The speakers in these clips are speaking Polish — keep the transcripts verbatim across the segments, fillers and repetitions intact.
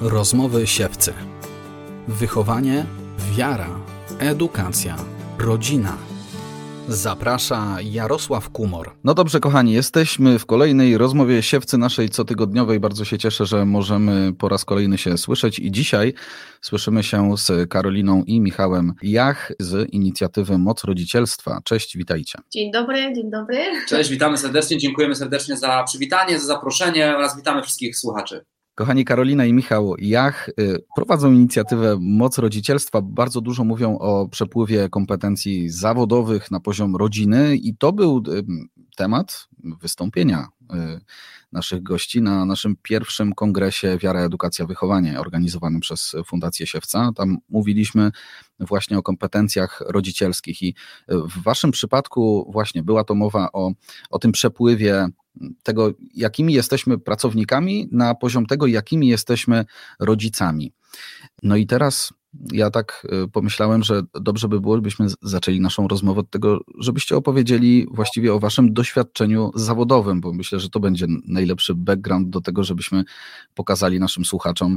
Rozmowy siewcy. Wychowanie, wiara, edukacja, rodzina. Zaprasza Jarosław Kumor. No dobrze, kochani, jesteśmy w kolejnej rozmowie siewcy naszej cotygodniowej. Bardzo się cieszę, że możemy po raz kolejny się słyszeć i dzisiaj słyszymy się z Karoliną i Michałem Jach z inicjatywy Moc Rodzicielstwa. Cześć, witajcie. Dzień dobry, dzień dobry. Cześć, witamy serdecznie, dziękujemy serdecznie za przywitanie, za zaproszenie oraz witamy wszystkich słuchaczy. Kochani, Karolina i Michał Jach prowadzą inicjatywę Moc Rodzicielstwa. Bardzo dużo mówią o przepływie kompetencji zawodowych na poziom rodziny i to był temat wystąpienia naszych gości na naszym pierwszym kongresie Wiara, Edukacja, Wychowanie organizowanym przez Fundację Siewca. Tam mówiliśmy właśnie o kompetencjach rodzicielskich i w waszym przypadku właśnie była to mowa o, o tym przepływie tego, jakimi jesteśmy pracownikami na poziom tego, jakimi jesteśmy rodzicami. No i teraz ja tak pomyślałem, że dobrze by było, gdybyśmy zaczęli naszą rozmowę od tego, żebyście opowiedzieli właściwie o waszym doświadczeniu zawodowym, bo myślę, że to będzie najlepszy background do tego, żebyśmy pokazali naszym słuchaczom,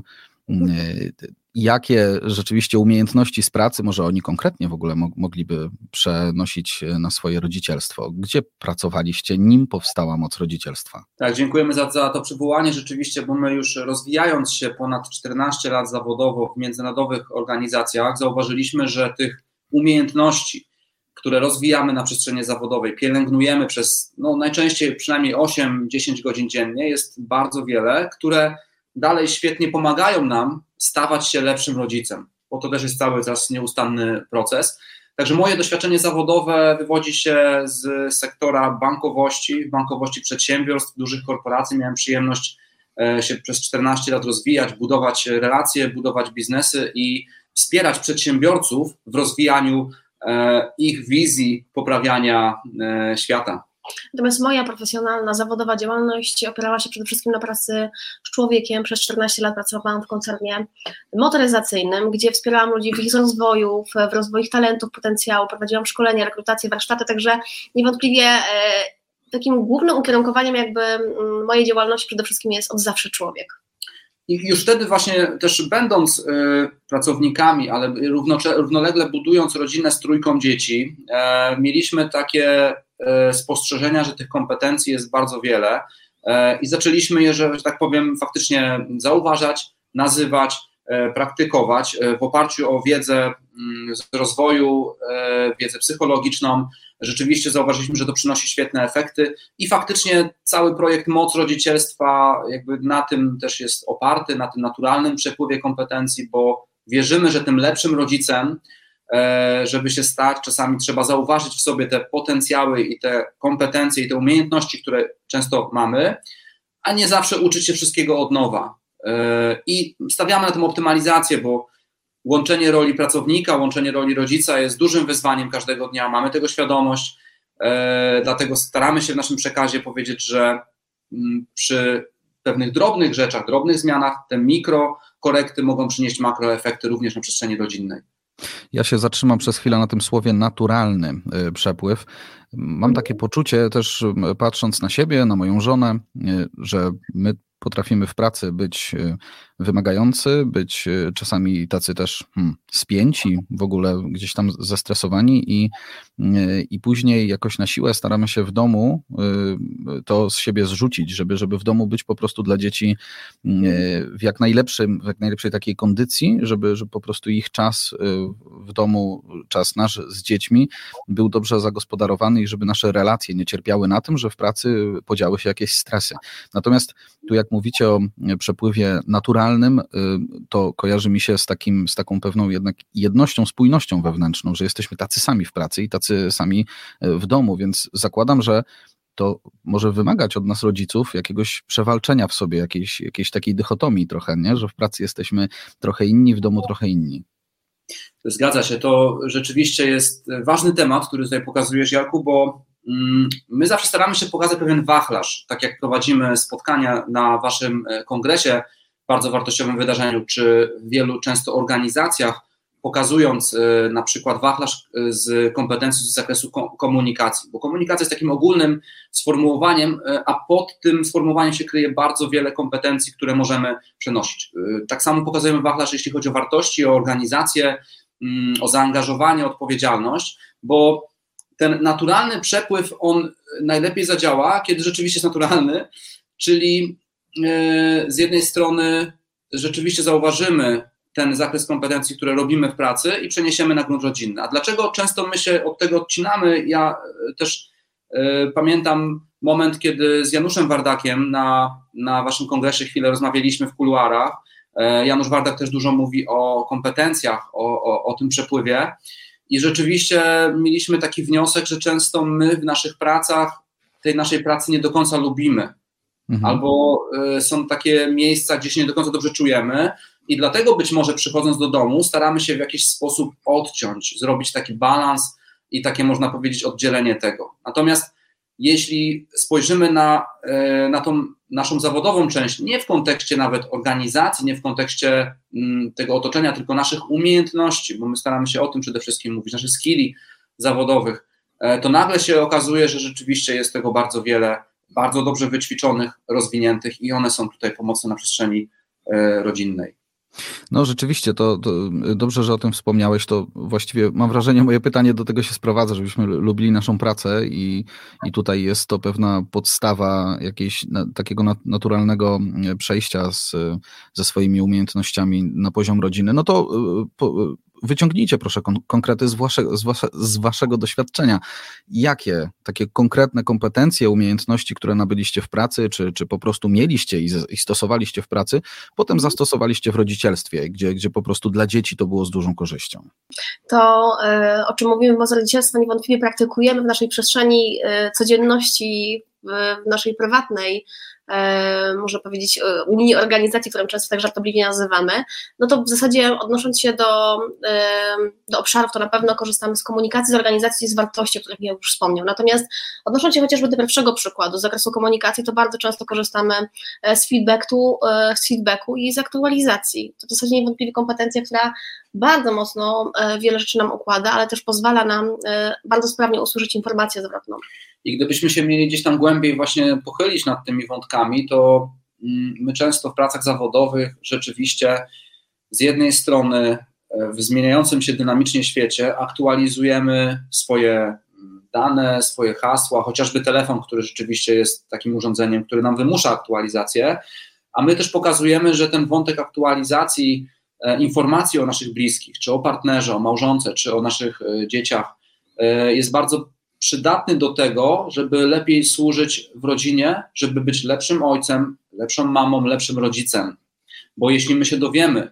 jakie rzeczywiście umiejętności z pracy, może oni konkretnie w ogóle mogliby przenosić na swoje rodzicielstwo. Gdzie pracowaliście, nim powstała Moc Rodzicielstwa? Tak, dziękujemy za, za to przywołanie rzeczywiście, bo my już rozwijając się ponad czternaście lat zawodowo w międzynarodowych organizacjach, zauważyliśmy, że tych umiejętności, które rozwijamy na przestrzeni zawodowej, pielęgnujemy przez no, najczęściej przynajmniej osiem do dziesięciu godzin dziennie, jest bardzo wiele, które dalej świetnie pomagają nam stawać się lepszym rodzicem, bo to też jest cały czas nieustanny proces. Także moje doświadczenie zawodowe wywodzi się z sektora bankowości, bankowości przedsiębiorstw, dużych korporacji. Miałem przyjemność się przez czternaście lat rozwijać, budować relacje, budować biznesy i wspierać przedsiębiorców w rozwijaniu ich wizji poprawiania świata. Natomiast moja profesjonalna, zawodowa działalność opierała się przede wszystkim na pracy z człowiekiem. Przez czternaście lat pracowałam w koncernie motoryzacyjnym, gdzie wspierałam ludzi w ich rozwoju, w rozwoju ich talentów, potencjału, prowadziłam szkolenia, rekrutacje, warsztaty, także niewątpliwie e, takim głównym ukierunkowaniem jakby mojej działalności przede wszystkim jest od zawsze człowiek. I już wtedy właśnie też będąc y, pracownikami, ale równocze, równolegle budując rodzinę z trójką dzieci, y, mieliśmy takie y, spostrzeżenia, że tych kompetencji jest bardzo wiele y, i zaczęliśmy je, że, że tak powiem, faktycznie zauważać, nazywać, y, praktykować y, w oparciu o wiedzę y, z rozwoju, y, wiedzę psychologiczną. Rzeczywiście zauważyliśmy, że to przynosi świetne efekty i faktycznie cały projekt Moc Rodzicielstwa jakby na tym też jest oparty, na tym naturalnym przepływie kompetencji, bo wierzymy, że tym lepszym rodzicem, żeby się stać, czasami trzeba zauważyć w sobie te potencjały i te kompetencje i te umiejętności, które często mamy, a nie zawsze uczyć się wszystkiego od nowa. I stawiamy na tę optymalizację, bo łączenie roli pracownika, łączenie roli rodzica jest dużym wyzwaniem każdego dnia, mamy tego świadomość, e, dlatego staramy się w naszym przekazie powiedzieć, że m, przy pewnych drobnych rzeczach, drobnych zmianach te mikrokorekty mogą przynieść makroefekty również na przestrzeni rodzinnej. Ja się zatrzymam przez chwilę na tym słowie naturalny przepływ. Mam takie poczucie też patrząc na siebie, na moją żonę, że my potrafimy w pracy być wymagający, być czasami tacy też hmm, spięci, w ogóle gdzieś tam zestresowani i, i później jakoś na siłę staramy się w domu to z siebie zrzucić, żeby, żeby w domu być po prostu dla dzieci w jak najlepszym, w jak najlepszej takiej kondycji, żeby, żeby po prostu ich czas w domu, czas nasz z dziećmi był dobrze zagospodarowany i żeby nasze relacje nie cierpiały na tym, że w pracy podziały się jakieś stresy. Natomiast tu jak mówicie o przepływie naturalnym, to kojarzy mi się z takim, z taką pewną jednak jednością, spójnością wewnętrzną, że jesteśmy tacy sami w pracy i tacy sami w domu, więc zakładam, że to może wymagać od nas rodziców jakiegoś przewalczenia w sobie, jakiejś, jakiejś takiej dychotomii trochę, nie? Że w pracy jesteśmy trochę inni, w domu trochę inni. Zgadza się, to rzeczywiście jest ważny temat, który tutaj pokazujesz, Jarku, bo my zawsze staramy się pokazać pewien wachlarz, tak jak prowadzimy spotkania na waszym kongresie, bardzo wartościowym wydarzeniu, czy w wielu często organizacjach pokazując na przykład wachlarz z kompetencji z zakresu komunikacji, bo komunikacja jest takim ogólnym sformułowaniem, a pod tym sformułowaniem się kryje bardzo wiele kompetencji, które możemy przenosić. Tak samo pokazujemy wachlarz, jeśli chodzi o wartości, o organizację, o zaangażowanie, odpowiedzialność, bo ten naturalny przepływ, on najlepiej zadziała, kiedy rzeczywiście jest naturalny, czyli z jednej strony rzeczywiście zauważymy ten zakres kompetencji, które robimy w pracy i przeniesiemy na grunt rodzinny. A dlaczego często my się od tego odcinamy? Ja też y, pamiętam moment, kiedy z Januszem Wardakiem na, na waszym kongresie chwilę rozmawialiśmy w kuluarach. Y, Janusz Wardak też dużo mówi o kompetencjach, o, o, o tym przepływie i rzeczywiście mieliśmy taki wniosek, że często my w naszych pracach tej naszej pracy nie do końca lubimy. Mhm. Albo y, są takie miejsca, gdzie się nie do końca dobrze czujemy i dlatego być może przychodząc do domu staramy się w jakiś sposób odciąć, zrobić taki balans i takie można powiedzieć oddzielenie tego. Natomiast jeśli spojrzymy na, y, na tą naszą zawodową część, nie w kontekście nawet organizacji, nie w kontekście y, tego otoczenia, tylko naszych umiejętności, bo my staramy się o tym przede wszystkim mówić, naszych skilli zawodowych, y, to nagle się okazuje, że rzeczywiście jest tego bardzo wiele, bardzo dobrze wyćwiczonych, rozwiniętych i one są tutaj pomocne na przestrzeni y, rodzinnej. No rzeczywiście, to, to dobrze, że o tym wspomniałeś, to właściwie mam wrażenie, moje pytanie do tego się sprowadza, żebyśmy lubili naszą pracę i, i tutaj jest to pewna podstawa jakiegoś na, takiego naturalnego przejścia z, ze swoimi umiejętnościami na poziom rodziny. No to po, wyciągnijcie proszę kon- konkrety z, wasze, z, wasze, z waszego doświadczenia. Jakie takie konkretne kompetencje, umiejętności, które nabyliście w pracy, czy, czy po prostu mieliście i, z, i stosowaliście w pracy, potem zastosowaliście w rodzicielstwie, gdzie, gdzie po prostu dla dzieci to było z dużą korzyścią? To, o czym mówimy, bo rodzicielstwo niewątpliwie praktykujemy w naszej przestrzeni codzienności, w naszej prywatnej, można powiedzieć, mini organizacji, którą często tak żartobliwie nazywamy, no to w zasadzie odnosząc się do, do obszarów, to na pewno korzystamy z komunikacji, z organizacji, z wartości, o których ja już wspomniał. Natomiast odnosząc się chociażby do pierwszego przykładu, z zakresu komunikacji, to bardzo często korzystamy z feedbacku, z feedbacku i z aktualizacji. To w zasadzie niewątpliwie kompetencja, która bardzo mocno wiele rzeczy nam układa, ale też pozwala nam bardzo sprawnie usłyszeć informację zwrotną. I gdybyśmy się mieli gdzieś tam głębiej właśnie pochylić nad tymi wątkami, to my często w pracach zawodowych rzeczywiście z jednej strony w zmieniającym się dynamicznie świecie aktualizujemy swoje dane, swoje hasła, chociażby telefon, który rzeczywiście jest takim urządzeniem, który nam wymusza aktualizację, a my też pokazujemy, że ten wątek aktualizacji informacji o naszych bliskich, czy o partnerze, o małżonce, czy o naszych dzieciach jest bardzo przydatny do tego, żeby lepiej służyć w rodzinie, żeby być lepszym ojcem, lepszą mamą, lepszym rodzicem. Bo jeśli my się dowiemy,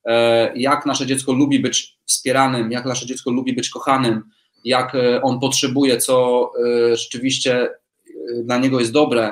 jak nasze dziecko lubi być wspieranym, jak nasze dziecko lubi być kochanym, jak on potrzebuje, co rzeczywiście dla niego jest dobre,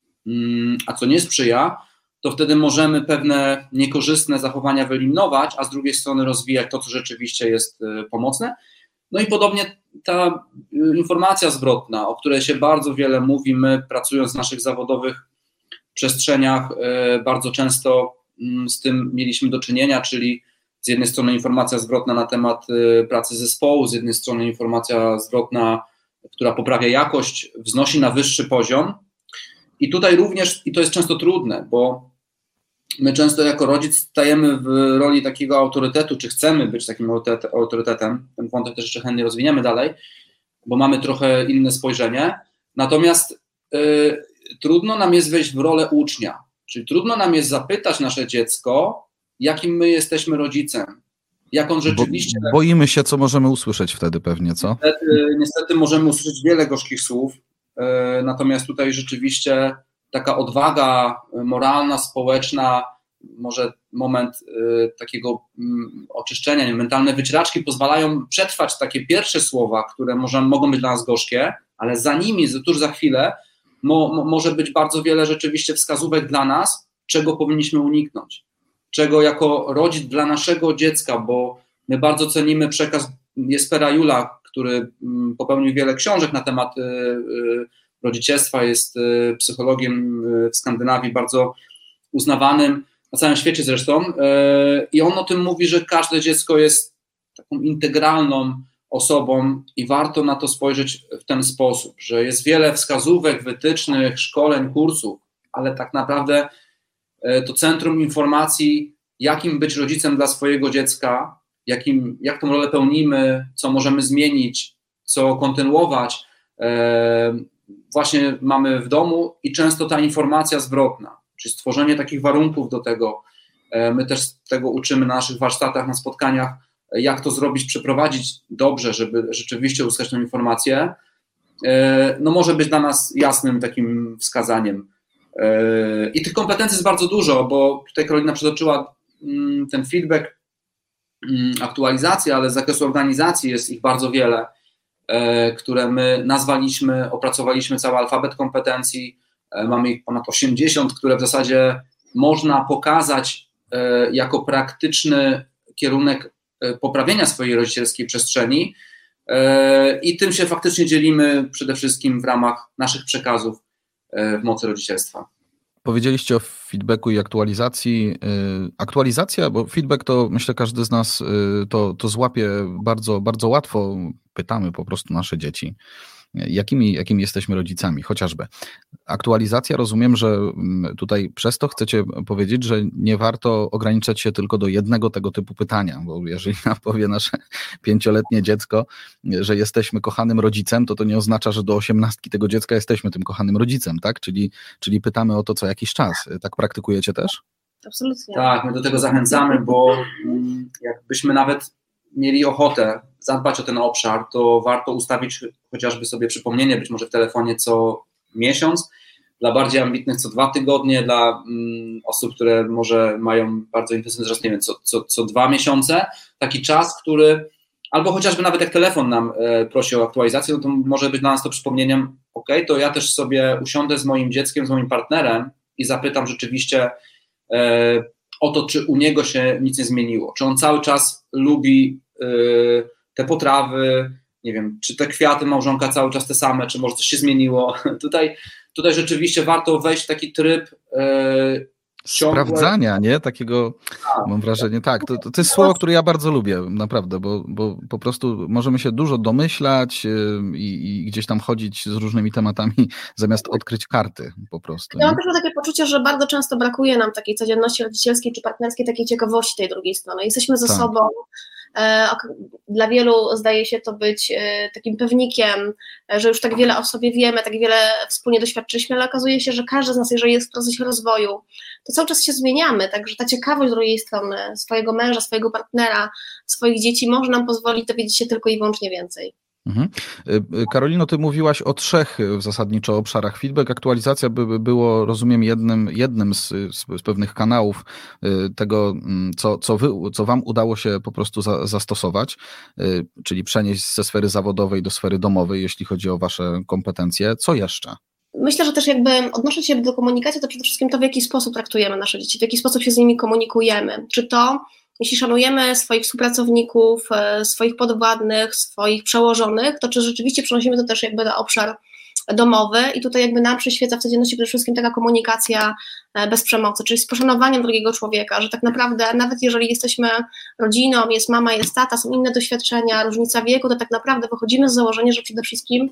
a co nie sprzyja, to wtedy możemy pewne niekorzystne zachowania wyeliminować, a z drugiej strony rozwijać to, co rzeczywiście jest pomocne. No i podobnie ta informacja zwrotna, o której się bardzo wiele mówi, my pracując w naszych zawodowych przestrzeniach bardzo często z tym mieliśmy do czynienia, czyli z jednej strony informacja zwrotna na temat pracy zespołu, z jednej strony informacja zwrotna, która poprawia jakość, wznosi na wyższy poziom i tutaj również, i to jest często trudne, bo my często jako rodzic stajemy w roli takiego autorytetu, czy chcemy być takim autorytetem, ten wątek też jeszcze chętnie rozwiniemy dalej, bo mamy trochę inne spojrzenie, natomiast y, trudno nam jest wejść w rolę ucznia, czyli trudno nam jest zapytać nasze dziecko, jakim my jesteśmy rodzicem, jak on rzeczywiście... Bo, boimy się, co możemy usłyszeć wtedy pewnie, co? Niestety, niestety możemy usłyszeć wiele gorzkich słów, y, natomiast tutaj rzeczywiście taka odwaga moralna, społeczna, może moment y, takiego y, oczyszczenia, nie, mentalne wycieraczki pozwalają przetrwać takie pierwsze słowa, które może, mogą być dla nas gorzkie, ale za nimi, tuż za chwilę, mo, mo, może być bardzo wiele rzeczywiście wskazówek dla nas, czego powinniśmy uniknąć, czego jako rodzic dla naszego dziecka, bo my bardzo cenimy przekaz Jespera Juula, który y, popełnił wiele książek na temat y, y, rodzicielstwa, jest psychologiem w Skandynawii bardzo uznawanym, na całym świecie zresztą, i on o tym mówi, że każde dziecko jest taką integralną osobą i warto na to spojrzeć w ten sposób, że jest wiele wskazówek, wytycznych, szkoleń, kursów, ale tak naprawdę to centrum informacji, jakim być rodzicem dla swojego dziecka, jakim, jak tą rolę pełnimy, co możemy zmienić, co kontynuować, właśnie mamy w domu i często ta informacja zwrotna, czyli stworzenie takich warunków do tego. My też tego uczymy na naszych warsztatach, na spotkaniach, jak to zrobić, przeprowadzić dobrze, żeby rzeczywiście uzyskać tę informację, no może być dla nas jasnym takim wskazaniem. I tych kompetencji jest bardzo dużo, bo tutaj Karolina przytoczyła ten feedback, aktualizację, ale z zakresu organizacji jest ich bardzo wiele, które my nazwaliśmy, opracowaliśmy cały alfabet kompetencji, mamy ich ponad osiemdziesiąt, które w zasadzie można pokazać jako praktyczny kierunek poprawienia swojej rodzicielskiej przestrzeni i tym się faktycznie dzielimy przede wszystkim w ramach naszych przekazów w mocy rodzicielstwa. Powiedzieliście o feedbacku i aktualizacji. Aktualizacja, bo feedback to myślę każdy z nas to, to złapie bardzo, bardzo łatwo. Pytamy po prostu nasze dzieci, jakimi, jakimi jesteśmy rodzicami, chociażby. Aktualizacja, rozumiem, że tutaj przez to chcecie powiedzieć, że nie warto ograniczać się tylko do jednego tego typu pytania, bo jeżeli nam powie nasze pięcioletnie dziecko, że jesteśmy kochanym rodzicem, to to nie oznacza, że do osiemnastki tego dziecka jesteśmy tym kochanym rodzicem, tak? Czyli, czyli pytamy o to co jakiś czas. Tak praktykujecie też? Absolutnie. Tak, my do tego zachęcamy, bo jakbyśmy nawet mieli ochotę zadbać o ten obszar, to warto ustawić chociażby sobie przypomnienie, być może w telefonie co miesiąc, dla bardziej ambitnych co dwa tygodnie, dla mm, osób, które może mają bardzo intensywny wzrost, nie wiem, co, co, co dwa miesiące, taki czas, który, albo chociażby nawet jak telefon nam e, prosi o aktualizację, no to może być dla nas to przypomnieniem, ok, to ja też sobie usiądę z moim dzieckiem, z moim partnerem i zapytam rzeczywiście e, o to, czy u niego się nic nie zmieniło, czy on cały czas lubi e, te potrawy, nie wiem, czy te kwiaty małżonka cały czas te same, czy może coś się zmieniło. Tutaj, tutaj rzeczywiście warto wejść w taki tryb e, ciągłe... sprawdzania, nie? Takiego, tak, mam wrażenie, tak, to, to, to jest słowo, które ja bardzo lubię, naprawdę, bo, bo po prostu możemy się dużo domyślać i, i gdzieś tam chodzić z różnymi tematami, zamiast odkryć karty po prostu. Ja mam też takie poczucie, że bardzo często brakuje nam takiej codzienności rodzicielskiej czy partnerskiej, takiej ciekawości tej drugiej strony. Jesteśmy ze tak. sobą. Dla wielu zdaje się to być takim pewnikiem, że już tak wiele o sobie wiemy, tak wiele wspólnie doświadczyliśmy, ale okazuje się, że każdy z nas, jeżeli jest w procesie rozwoju, to cały czas się zmieniamy, także ta ciekawość z drugiej strony, swojego męża, swojego partnera, swoich dzieci może nam pozwolić dowiedzieć się tylko i wyłącznie więcej. Mhm. Karolino, ty mówiłaś o trzech zasadniczo obszarach. Feedback, aktualizacja by było, rozumiem, jednym, jednym z, z pewnych kanałów tego, co, co, wy, co wam udało się po prostu za, zastosować, czyli przenieść ze sfery zawodowej do sfery domowej, jeśli chodzi o wasze kompetencje. Co jeszcze? Myślę, że też jakby odnosząc się do komunikacji, to przede wszystkim to, w jaki sposób traktujemy nasze dzieci, w jaki sposób się z nimi komunikujemy. Czy to jeśli szanujemy swoich współpracowników, swoich podwładnych, swoich przełożonych, to czy rzeczywiście przenosimy to też jakby na obszar domowy i tutaj jakby nam przyświeca w codzienności przede wszystkim taka komunikacja bez przemocy, czyli z poszanowaniem drugiego człowieka, że tak naprawdę nawet jeżeli jesteśmy rodziną, jest mama, jest tata, są inne doświadczenia, różnica wieku, to tak naprawdę wychodzimy z założenia, że przede wszystkim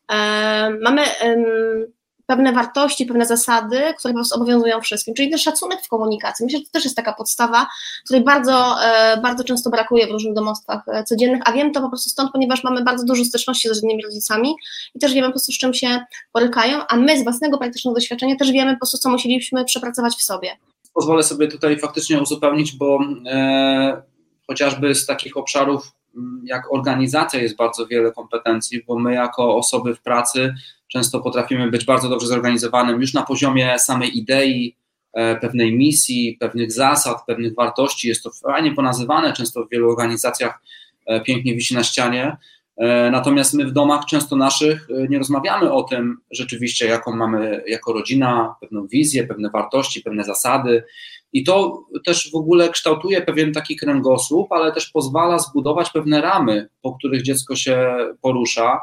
e, mamy e, pewne wartości, pewne zasady, które po prostu obowiązują wszystkim, czyli ten szacunek w komunikacji. Myślę, że to też jest taka podstawa, której bardzo, bardzo często brakuje w różnych domostwach codziennych, a wiem to po prostu stąd, ponieważ mamy bardzo dużo styczności z innymi rodzicami i też wiemy po prostu, z czym się borykają, a my z własnego praktycznego doświadczenia też wiemy po prostu, co musieliśmy przepracować w sobie. Pozwolę sobie tutaj faktycznie uzupełnić, bo e, chociażby z takich obszarów jak organizacja jest bardzo wiele kompetencji, bo my jako osoby w pracy często potrafimy być bardzo dobrze zorganizowanym już na poziomie samej idei, pewnej misji, pewnych zasad, pewnych wartości. Jest to fajnie ponazywane, często w wielu organizacjach pięknie wisi na ścianie. Natomiast my w domach często naszych nie rozmawiamy o tym rzeczywiście, jaką mamy jako rodzina, pewną wizję, pewne wartości, pewne zasady. I to też w ogóle kształtuje pewien taki kręgosłup, ale też pozwala zbudować pewne ramy, po których dziecko się porusza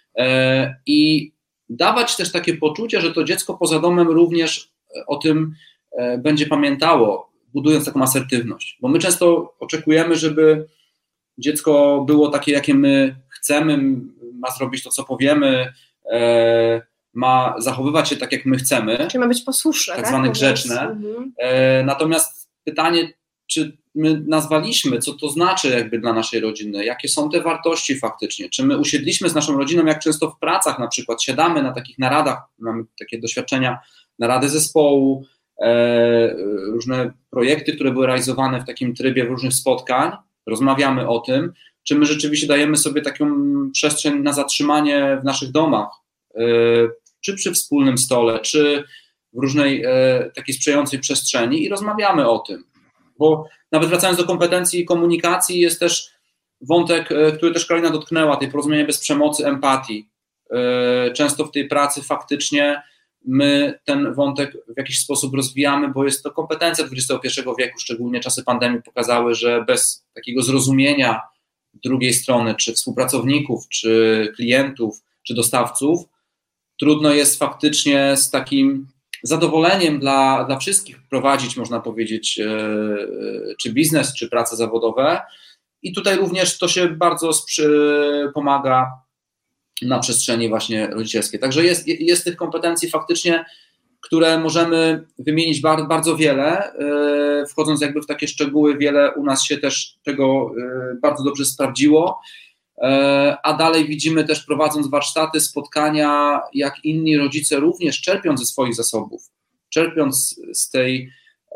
i dawać też takie poczucie, że to dziecko poza domem również o tym będzie pamiętało, budując taką asertywność. Bo my często oczekujemy, żeby dziecko było takie, jakie my chcemy, ma zrobić to, co powiemy, e, ma zachowywać się tak, jak my chcemy. Czyli ma być posłuszne. Tak, tak? zwane grzeczne. Mhm. E, natomiast pytanie, czy my nazwaliśmy, co to znaczy jakby dla naszej rodziny, jakie są te wartości faktycznie, czy my usiedliśmy z naszą rodziną, jak często w pracach na przykład, siadamy na takich naradach, mamy takie doświadczenia, narady zespołu, e, różne projekty, które były realizowane w takim trybie różnych spotkań, rozmawiamy o tym, czy my rzeczywiście dajemy sobie taką przestrzeń na zatrzymanie w naszych domach, e, czy przy wspólnym stole, czy w różnej e, takiej sprzyjającej przestrzeni i rozmawiamy o tym. Bo nawet wracając do kompetencji komunikacji, jest też wątek, który też Karolina dotknęła, tej porozumienia bez przemocy, empatii. Często w tej pracy faktycznie my ten wątek w jakiś sposób rozwijamy, bo jest to kompetencja dwudziestego pierwszego wieku, szczególnie czasy pandemii pokazały, że bez takiego zrozumienia drugiej strony, czy współpracowników, czy klientów, czy dostawców, trudno jest faktycznie z takim zadowoleniem dla, dla wszystkich prowadzić, można powiedzieć, czy biznes, czy prace zawodowe. I tutaj również to się bardzo sprzy- pomaga na przestrzeni właśnie rodzicielskiej. Także jest, jest tych kompetencji faktycznie, które możemy wymienić bardzo, bardzo wiele, wchodząc jakby w takie szczegóły, wiele u nas się też tego bardzo dobrze sprawdziło, a dalej widzimy też, prowadząc warsztaty, spotkania, jak inni rodzice również czerpią ze swoich zasobów, czerpiąc z tej,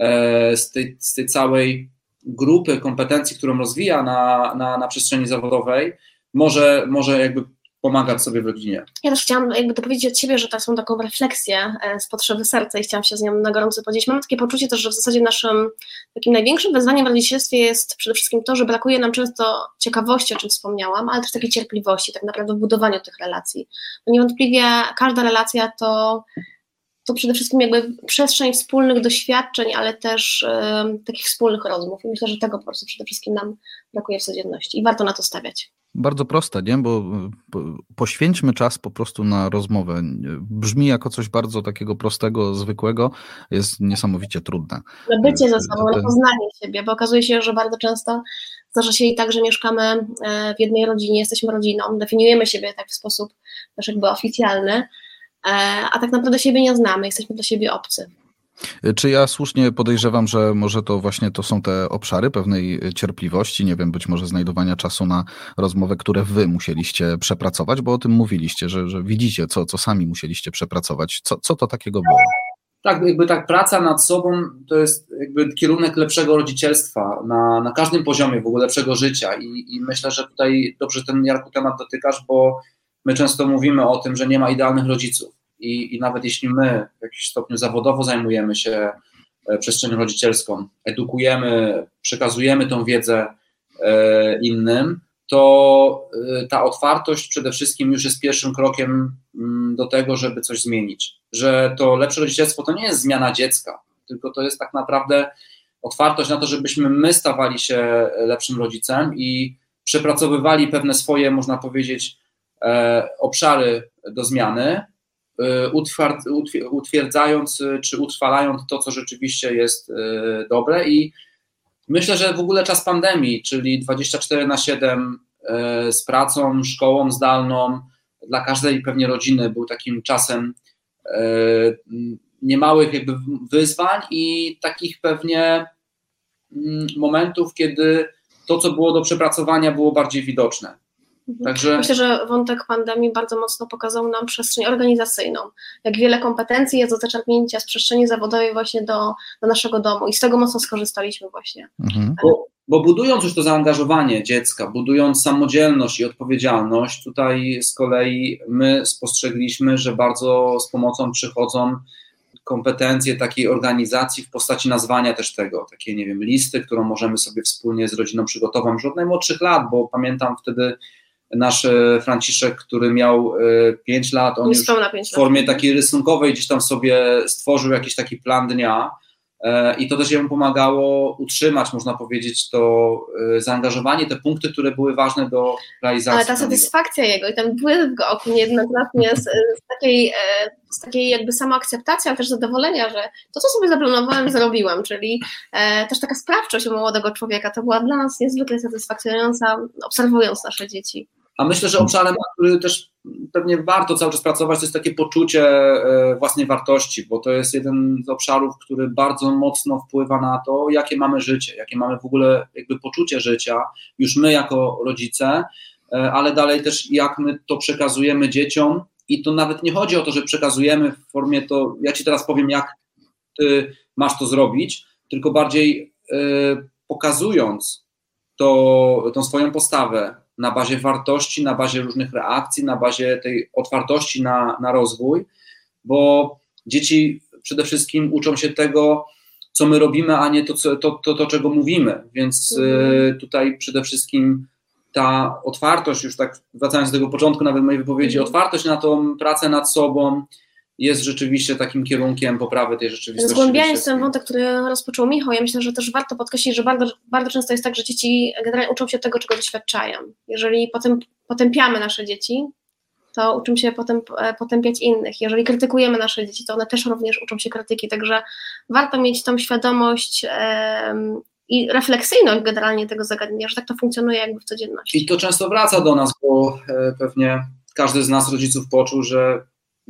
z tej, z tej całej grupy kompetencji, którą rozwija na, na, na przestrzeni zawodowej, może, może jakby pomagać sobie w rodzinie. Ja też chciałam jakby dopowiedzieć od siebie, że tak, są taką refleksję z potrzeby serca i chciałam się z nią na gorąco podzielić. Mam takie poczucie też, że w zasadzie naszym takim największym wyzwaniem w rodzicielstwie jest przede wszystkim to, że brakuje nam często ciekawości, o czym wspomniałam, ale też takiej cierpliwości tak naprawdę w budowaniu tych relacji. Bo niewątpliwie każda relacja to to przede wszystkim jakby przestrzeń wspólnych doświadczeń, ale też y, takich wspólnych rozmów. I myślę, że tego po prostu przede wszystkim nam brakuje w codzienności i warto na to stawiać. Bardzo proste, nie? Bo poświęćmy czas po prostu na rozmowę. Brzmi jako coś bardzo takiego prostego, zwykłego, jest niesamowicie trudne. Na bycie ze sobą, na poznanie siebie, bo okazuje się, że bardzo często zdarza się i tak, że mieszkamy w jednej rodzinie, jesteśmy rodziną, definiujemy siebie tak w sposób też jakby oficjalny, a tak naprawdę siebie nie znamy, jesteśmy dla siebie obcy. Czy ja słusznie podejrzewam, że może to właśnie to są te obszary pewnej cierpliwości, nie wiem, być może znajdowania czasu na rozmowę, które wy musieliście przepracować, bo o tym mówiliście, że, że widzicie, co, co sami musieliście przepracować. Co, co to takiego było? Tak, jakby tak praca nad sobą to jest jakby kierunek lepszego rodzicielstwa na, na każdym poziomie w ogóle lepszego życia i, i myślę, że tutaj dobrze ten, Jarku, temat dotykasz, bo my często mówimy o tym, że nie ma idealnych rodziców. I, I nawet jeśli my w jakimś stopniu zawodowo zajmujemy się przestrzenią rodzicielską, edukujemy, przekazujemy tą wiedzę e, innym, to e, ta otwartość przede wszystkim już jest pierwszym krokiem m, do tego, żeby coś zmienić. Że to lepsze rodzicielstwo to nie jest zmiana dziecka, tylko to jest tak naprawdę otwartość na to, żebyśmy my stawali się lepszym rodzicem i przepracowywali pewne swoje, można powiedzieć, e, obszary do zmiany, utwierdzając czy utrwalając to, co rzeczywiście jest dobre. I myślę, że w ogóle czas pandemii, czyli dwadzieścia cztery na siedem z pracą, szkołą zdalną, dla każdej pewnie rodziny był takim czasem niemałych jakby wyzwań i takich pewnie momentów, kiedy to, co było do przepracowania, było bardziej widoczne. Także... Myślę, że wątek pandemii bardzo mocno pokazał nam przestrzeń organizacyjną, jak wiele kompetencji jest do zaczerpnięcia z przestrzeni zawodowej właśnie do, do naszego domu i z tego mocno skorzystaliśmy właśnie. Mhm. Bo, bo budując już to zaangażowanie dziecka, budując samodzielność i odpowiedzialność, tutaj z kolei my spostrzegliśmy, że bardzo z pomocą przychodzą kompetencje takiej organizacji w postaci nazwania też tego, takiej, nie wiem, listy, którą możemy sobie wspólnie z rodziną przygotować już od najmłodszych lat, bo pamiętam wtedy nasz Franciszek, który miał pięć lat, on już w formie takiej rysunkowej gdzieś tam sobie stworzył jakiś taki plan dnia i to też jemu pomagało utrzymać, można powiedzieć, to zaangażowanie, te punkty, które były ważne do realizacji. Ale ta satysfakcja jego i ten błysk w oku niejednokrotnie z, z, takiej, z takiej jakby samoakceptacji, ale też zadowolenia, że to, co sobie zaplanowałem, zrobiłam, czyli e, też taka sprawczość u młodego człowieka, to była dla nas niezwykle satysfakcjonująca, obserwując nasze dzieci. A myślę, że obszarem, na który też pewnie warto cały czas pracować, to jest takie poczucie własnej wartości, bo to jest jeden z obszarów, który bardzo mocno wpływa na to, jakie mamy życie, jakie mamy w ogóle jakby poczucie życia, już my jako rodzice, ale dalej też jak my to przekazujemy dzieciom i to nawet nie chodzi o to, że przekazujemy w formie to, ja ci teraz powiem, jak ty masz to zrobić, tylko bardziej yy, pokazując to, tą swoją postawę, na bazie wartości, na bazie różnych reakcji, na bazie tej otwartości na, na rozwój, bo dzieci przede wszystkim uczą się tego, co my robimy, a nie to, co, to, to, to czego mówimy, więc mhm. tutaj przede wszystkim ta otwartość, już tak wracając do tego początku nawet mojej wypowiedzi, mhm. otwartość na tą pracę nad sobą jest rzeczywiście takim kierunkiem poprawy tej rzeczywistości. Zgłębiając ten wątek, który rozpoczął Michał, ja myślę, że też warto podkreślić, że bardzo, bardzo często jest tak, że dzieci generalnie uczą się tego, czego doświadczają. Jeżeli potem potępiamy nasze dzieci, to uczą się potem potępiać innych. Jeżeli krytykujemy nasze dzieci, to one też również uczą się krytyki, także warto mieć tą świadomość em, i refleksyjność generalnie tego zagadnienia, że tak to funkcjonuje jakby w codzienności. I to często wraca do nas, bo e, pewnie każdy z nas rodziców poczuł, że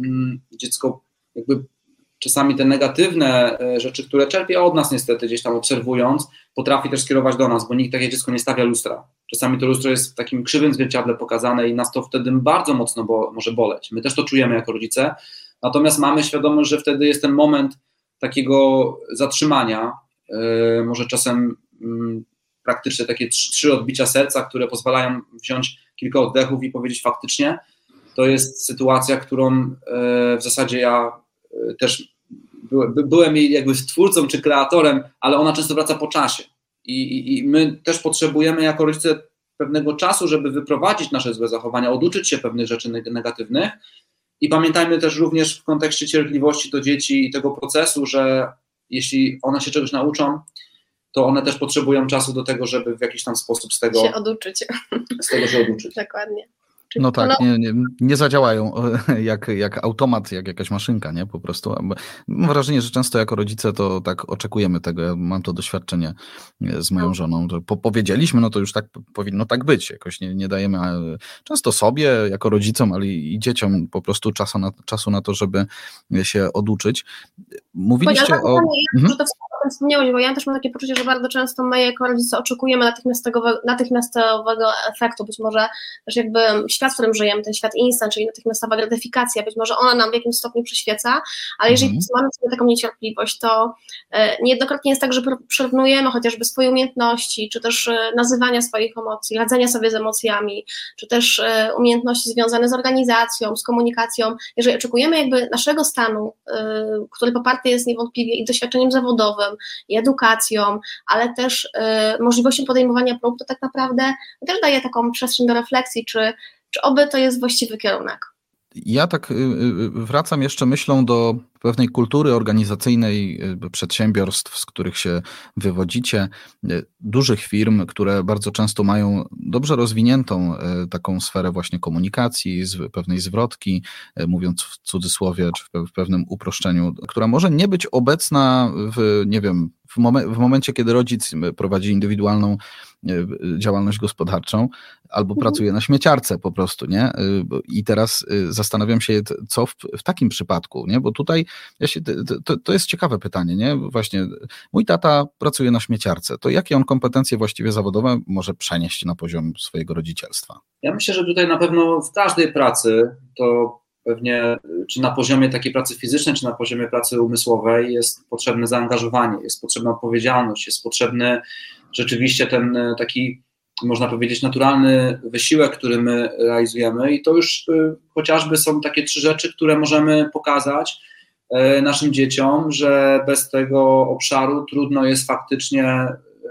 dziecko jakby czasami te negatywne rzeczy, które czerpie od nas niestety gdzieś tam obserwując, potrafi też skierować do nas, bo nikt takie dziecko nie stawia lustra. Czasami to lustro jest w takim krzywym zwierciadle pokazane i nas to wtedy bardzo mocno bo, może boleć. My też to czujemy jako rodzice, natomiast mamy świadomość, że wtedy jest ten moment takiego zatrzymania, yy, może czasem yy, praktycznie takie trzy, trzy odbicia serca, które pozwalają wziąć kilka oddechów i powiedzieć faktycznie, to jest sytuacja, którą w zasadzie ja też byłem jej jakby twórcą czy kreatorem, ale ona często wraca po czasie. I, i, i my też potrzebujemy jako rodzice pewnego czasu, żeby wyprowadzić nasze złe zachowania, oduczyć się pewnych rzeczy negatywnych. I pamiętajmy też również w kontekście cierpliwości do dzieci i tego procesu, że jeśli one się czegoś nauczą, to one też potrzebują czasu do tego, żeby w jakiś tam sposób z tego się oduczyć. Z tego się oduczyć. Dokładnie. No tak, nie, nie, nie zadziałają jak, jak automat, jak jakaś maszynka, nie? Po prostu. Mam wrażenie, że często jako rodzice to tak oczekujemy tego. Ja mam to doświadczenie z moją żoną, że po, powiedzieliśmy, no to już tak powinno tak być. Jakoś nie, nie dajemy często sobie jako rodzicom, ale i dzieciom po prostu czasu na, czasu na to, żeby się oduczyć. Mówiliście ja o... Ja, że to wspomniałeś, bo ja też mam takie poczucie, że bardzo często my jako rodzice oczekujemy natychmiastowego, natychmiastowego efektu, być może też jakby świat, w którym żyjemy, ten świat instant, czyli natychmiastowa gratyfikacja, być może ona nam w jakimś stopniu przyświeca, ale jeżeli mm. mamy sobie taką niecierpliwość, to e, niejednokrotnie jest tak, że przyrównujemy chociażby swoje umiejętności, czy też e, nazywania swoich emocji, radzenia sobie z emocjami, czy też e, umiejętności związane z organizacją, z komunikacją. Jeżeli oczekujemy jakby naszego stanu, e, który poparty jest niewątpliwie i doświadczeniem zawodowym, i edukacją, ale też y, możliwością podejmowania prób, to tak naprawdę też daje taką przestrzeń do refleksji, czy, czy oby to jest właściwy kierunek. Ja tak wracam jeszcze myślą do pewnej kultury organizacyjnej przedsiębiorstw, z których się wywodzicie, dużych firm, które bardzo często mają dobrze rozwiniętą taką sferę właśnie komunikacji, pewnej zwrotki, mówiąc w cudzysłowie, czy w pewnym uproszczeniu, która może nie być obecna w, nie wiem, w, momen- w momencie, kiedy rodzic prowadzi indywidualną działalność gospodarczą albo mhm. pracuje na śmieciarce po prostu, nie? I teraz zastanawiam się, co w, w takim przypadku, nie? Bo tutaj ja się, to, to jest ciekawe pytanie, nie? Właśnie mój tata pracuje na śmieciarce, to jakie on kompetencje właściwie zawodowe może przenieść na poziom swojego rodzicielstwa? Ja myślę, że tutaj na pewno w każdej pracy to pewnie, czy na poziomie takiej pracy fizycznej, czy na poziomie pracy umysłowej jest potrzebne zaangażowanie, jest potrzebna odpowiedzialność, jest potrzebny rzeczywiście ten taki, można powiedzieć, naturalny wysiłek, który my realizujemy i to już y, chociażby są takie trzy rzeczy, które możemy pokazać y, naszym dzieciom, że bez tego obszaru trudno jest faktycznie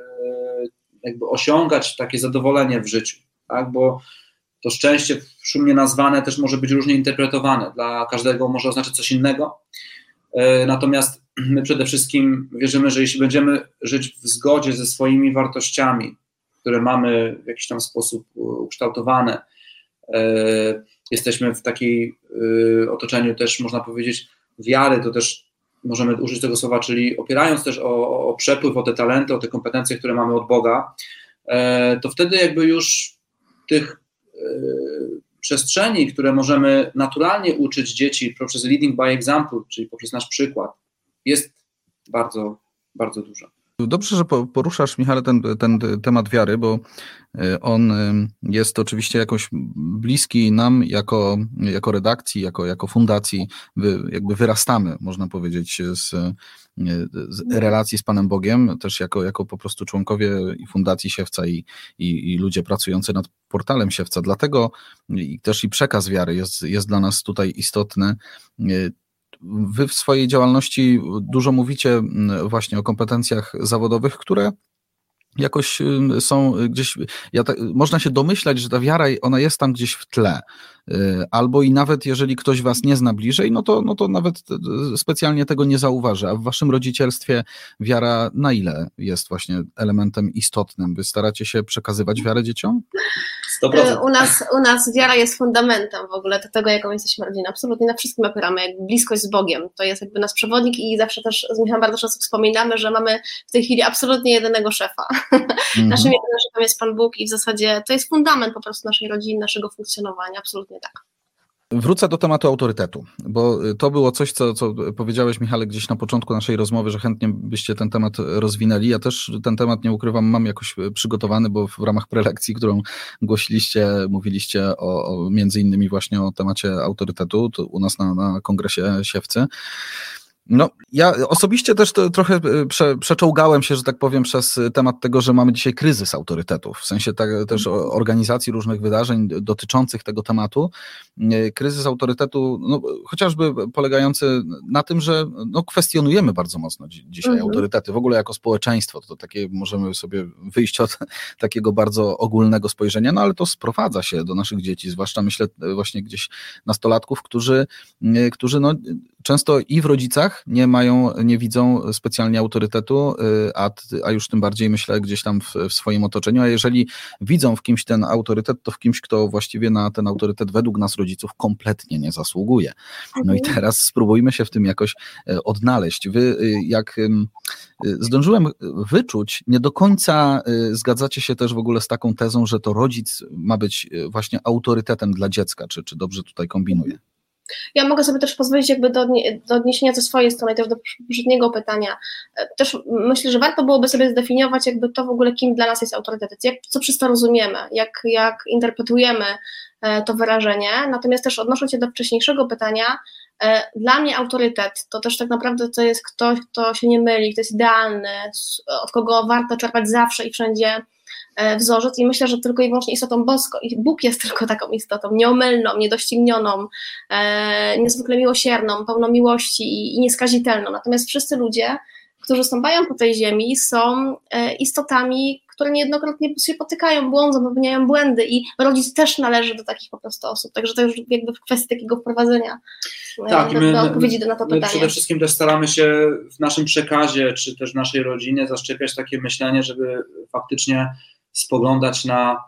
y, jakby osiągać takie zadowolenie w życiu, tak? Bo to szczęście szumnie nazwane też może być różnie interpretowane, dla każdego może oznaczać coś innego, y, natomiast my przede wszystkim wierzymy, że jeśli będziemy żyć w zgodzie ze swoimi wartościami, które mamy w jakiś tam sposób ukształtowane, jesteśmy w takiej otoczeniu też, można powiedzieć, wiary, to też możemy użyć tego słowa, czyli opierając też o, o przepływ, o te talenty, o te kompetencje, które mamy od Boga, to wtedy jakby już tych przestrzeni, które możemy naturalnie uczyć dzieci poprzez leading by example, czyli poprzez nasz przykład, jest bardzo, bardzo dużo. Dobrze, że poruszasz, Michale, ten, ten temat wiary, bo on jest oczywiście jakoś bliski nam jako, jako redakcji, jako, jako fundacji. Wy, jakby wyrastamy, można powiedzieć, z, z relacji z Panem Bogiem, też jako, jako po prostu członkowie i Fundacji Siewca i, i, i ludzie pracujący nad portalem Siewca. Dlatego i też i przekaz wiary jest, jest dla nas tutaj istotny. Wy w swojej działalności dużo mówicie właśnie o kompetencjach zawodowych, które jakoś są gdzieś, ja ta, można się domyślać, że ta wiara, ona jest tam gdzieś w tle, albo i nawet jeżeli ktoś was nie zna bliżej, no to, no to nawet specjalnie tego nie zauważy, a w waszym rodzicielstwie wiara na ile jest właśnie elementem istotnym? Wy staracie się przekazywać wiarę dzieciom? sto procent. U nas, u nas wiara jest fundamentem w ogóle do tego, jaką jesteśmy rodziną. Absolutnie na wszystkim opieramy, jak bliskość z Bogiem. To jest jakby nasz przewodnik i zawsze też z Michałem bardzo często wspominamy, że mamy w tej chwili absolutnie jedynego szefa. Mm-hmm. Naszym jedynym szefem jest Pan Bóg i w zasadzie to jest fundament po prostu naszej rodziny, naszego funkcjonowania. Absolutnie tak. Wrócę do tematu autorytetu, bo to było coś, co, co powiedziałeś, Michale, gdzieś na początku naszej rozmowy, że chętnie byście ten temat rozwinęli. Ja też ten temat, nie ukrywam, mam jakoś przygotowany, bo w ramach prelekcji, którą głosiliście, mówiliście o, o między innymi właśnie o temacie autorytetu to u nas na, na kongresie Siewcy. No, ja osobiście też to trochę prze, przeczołgałem się, że tak powiem, przez temat tego, że mamy dzisiaj kryzys autorytetów, w sensie tak, też organizacji różnych wydarzeń dotyczących tego tematu. Kryzys autorytetu, no, chociażby polegający na tym, że no, kwestionujemy bardzo mocno dzi- dzisiaj mhm. autorytety, w ogóle jako społeczeństwo, to takie możemy sobie wyjść od takiego bardzo ogólnego spojrzenia, no ale to sprowadza się do naszych dzieci, zwłaszcza myślę właśnie gdzieś nastolatków, którzy, którzy no, często i w rodzicach nie mają, nie widzą specjalnie autorytetu, a, a już tym bardziej myślę gdzieś tam w, w swoim otoczeniu, a jeżeli widzą w kimś ten autorytet, to w kimś, kto właściwie na ten autorytet według nas rodziców kompletnie nie zasługuje. No i teraz spróbujmy się w tym jakoś odnaleźć. Wy, jak zdążyłem wyczuć, nie do końca zgadzacie się też w ogóle z taką tezą, że to rodzic ma być właśnie autorytetem dla dziecka, czy, czy dobrze tutaj kombinuję? Ja mogę sobie też pozwolić jakby do, do odniesienia ze swojej strony, też do poprzedniego pytania. Też myślę, że warto byłoby sobie zdefiniować jakby to w ogóle, kim dla nas jest autorytet, jak, co przez to rozumiemy, jak, jak interpretujemy to wyrażenie. Natomiast też odnosząc się do wcześniejszego pytania, dla mnie autorytet to też tak naprawdę to jest ktoś, kto się nie myli, kto jest idealny, od kogo warto czerpać zawsze i wszędzie wzorzec i myślę, że tylko i wyłącznie istotą boską, i Bóg jest tylko taką istotą, nieomylną, niedoścignioną, e, niezwykle miłosierną, pełną miłości i, i nieskazitelną. Natomiast wszyscy ludzie, którzy stąpają po tej ziemi, są e, istotami, które niejednokrotnie się potykają, błądzą, popełniają błędy i rodzic też należy do takich po prostu osób. Także to już jakby w kwestii takiego wprowadzenia tak, do, my, do odpowiedzi na to my pytanie. Przede wszystkim też staramy się w naszym przekazie, czy też w naszej rodzinie zaszczepiać takie myślenie, żeby faktycznie spoglądać na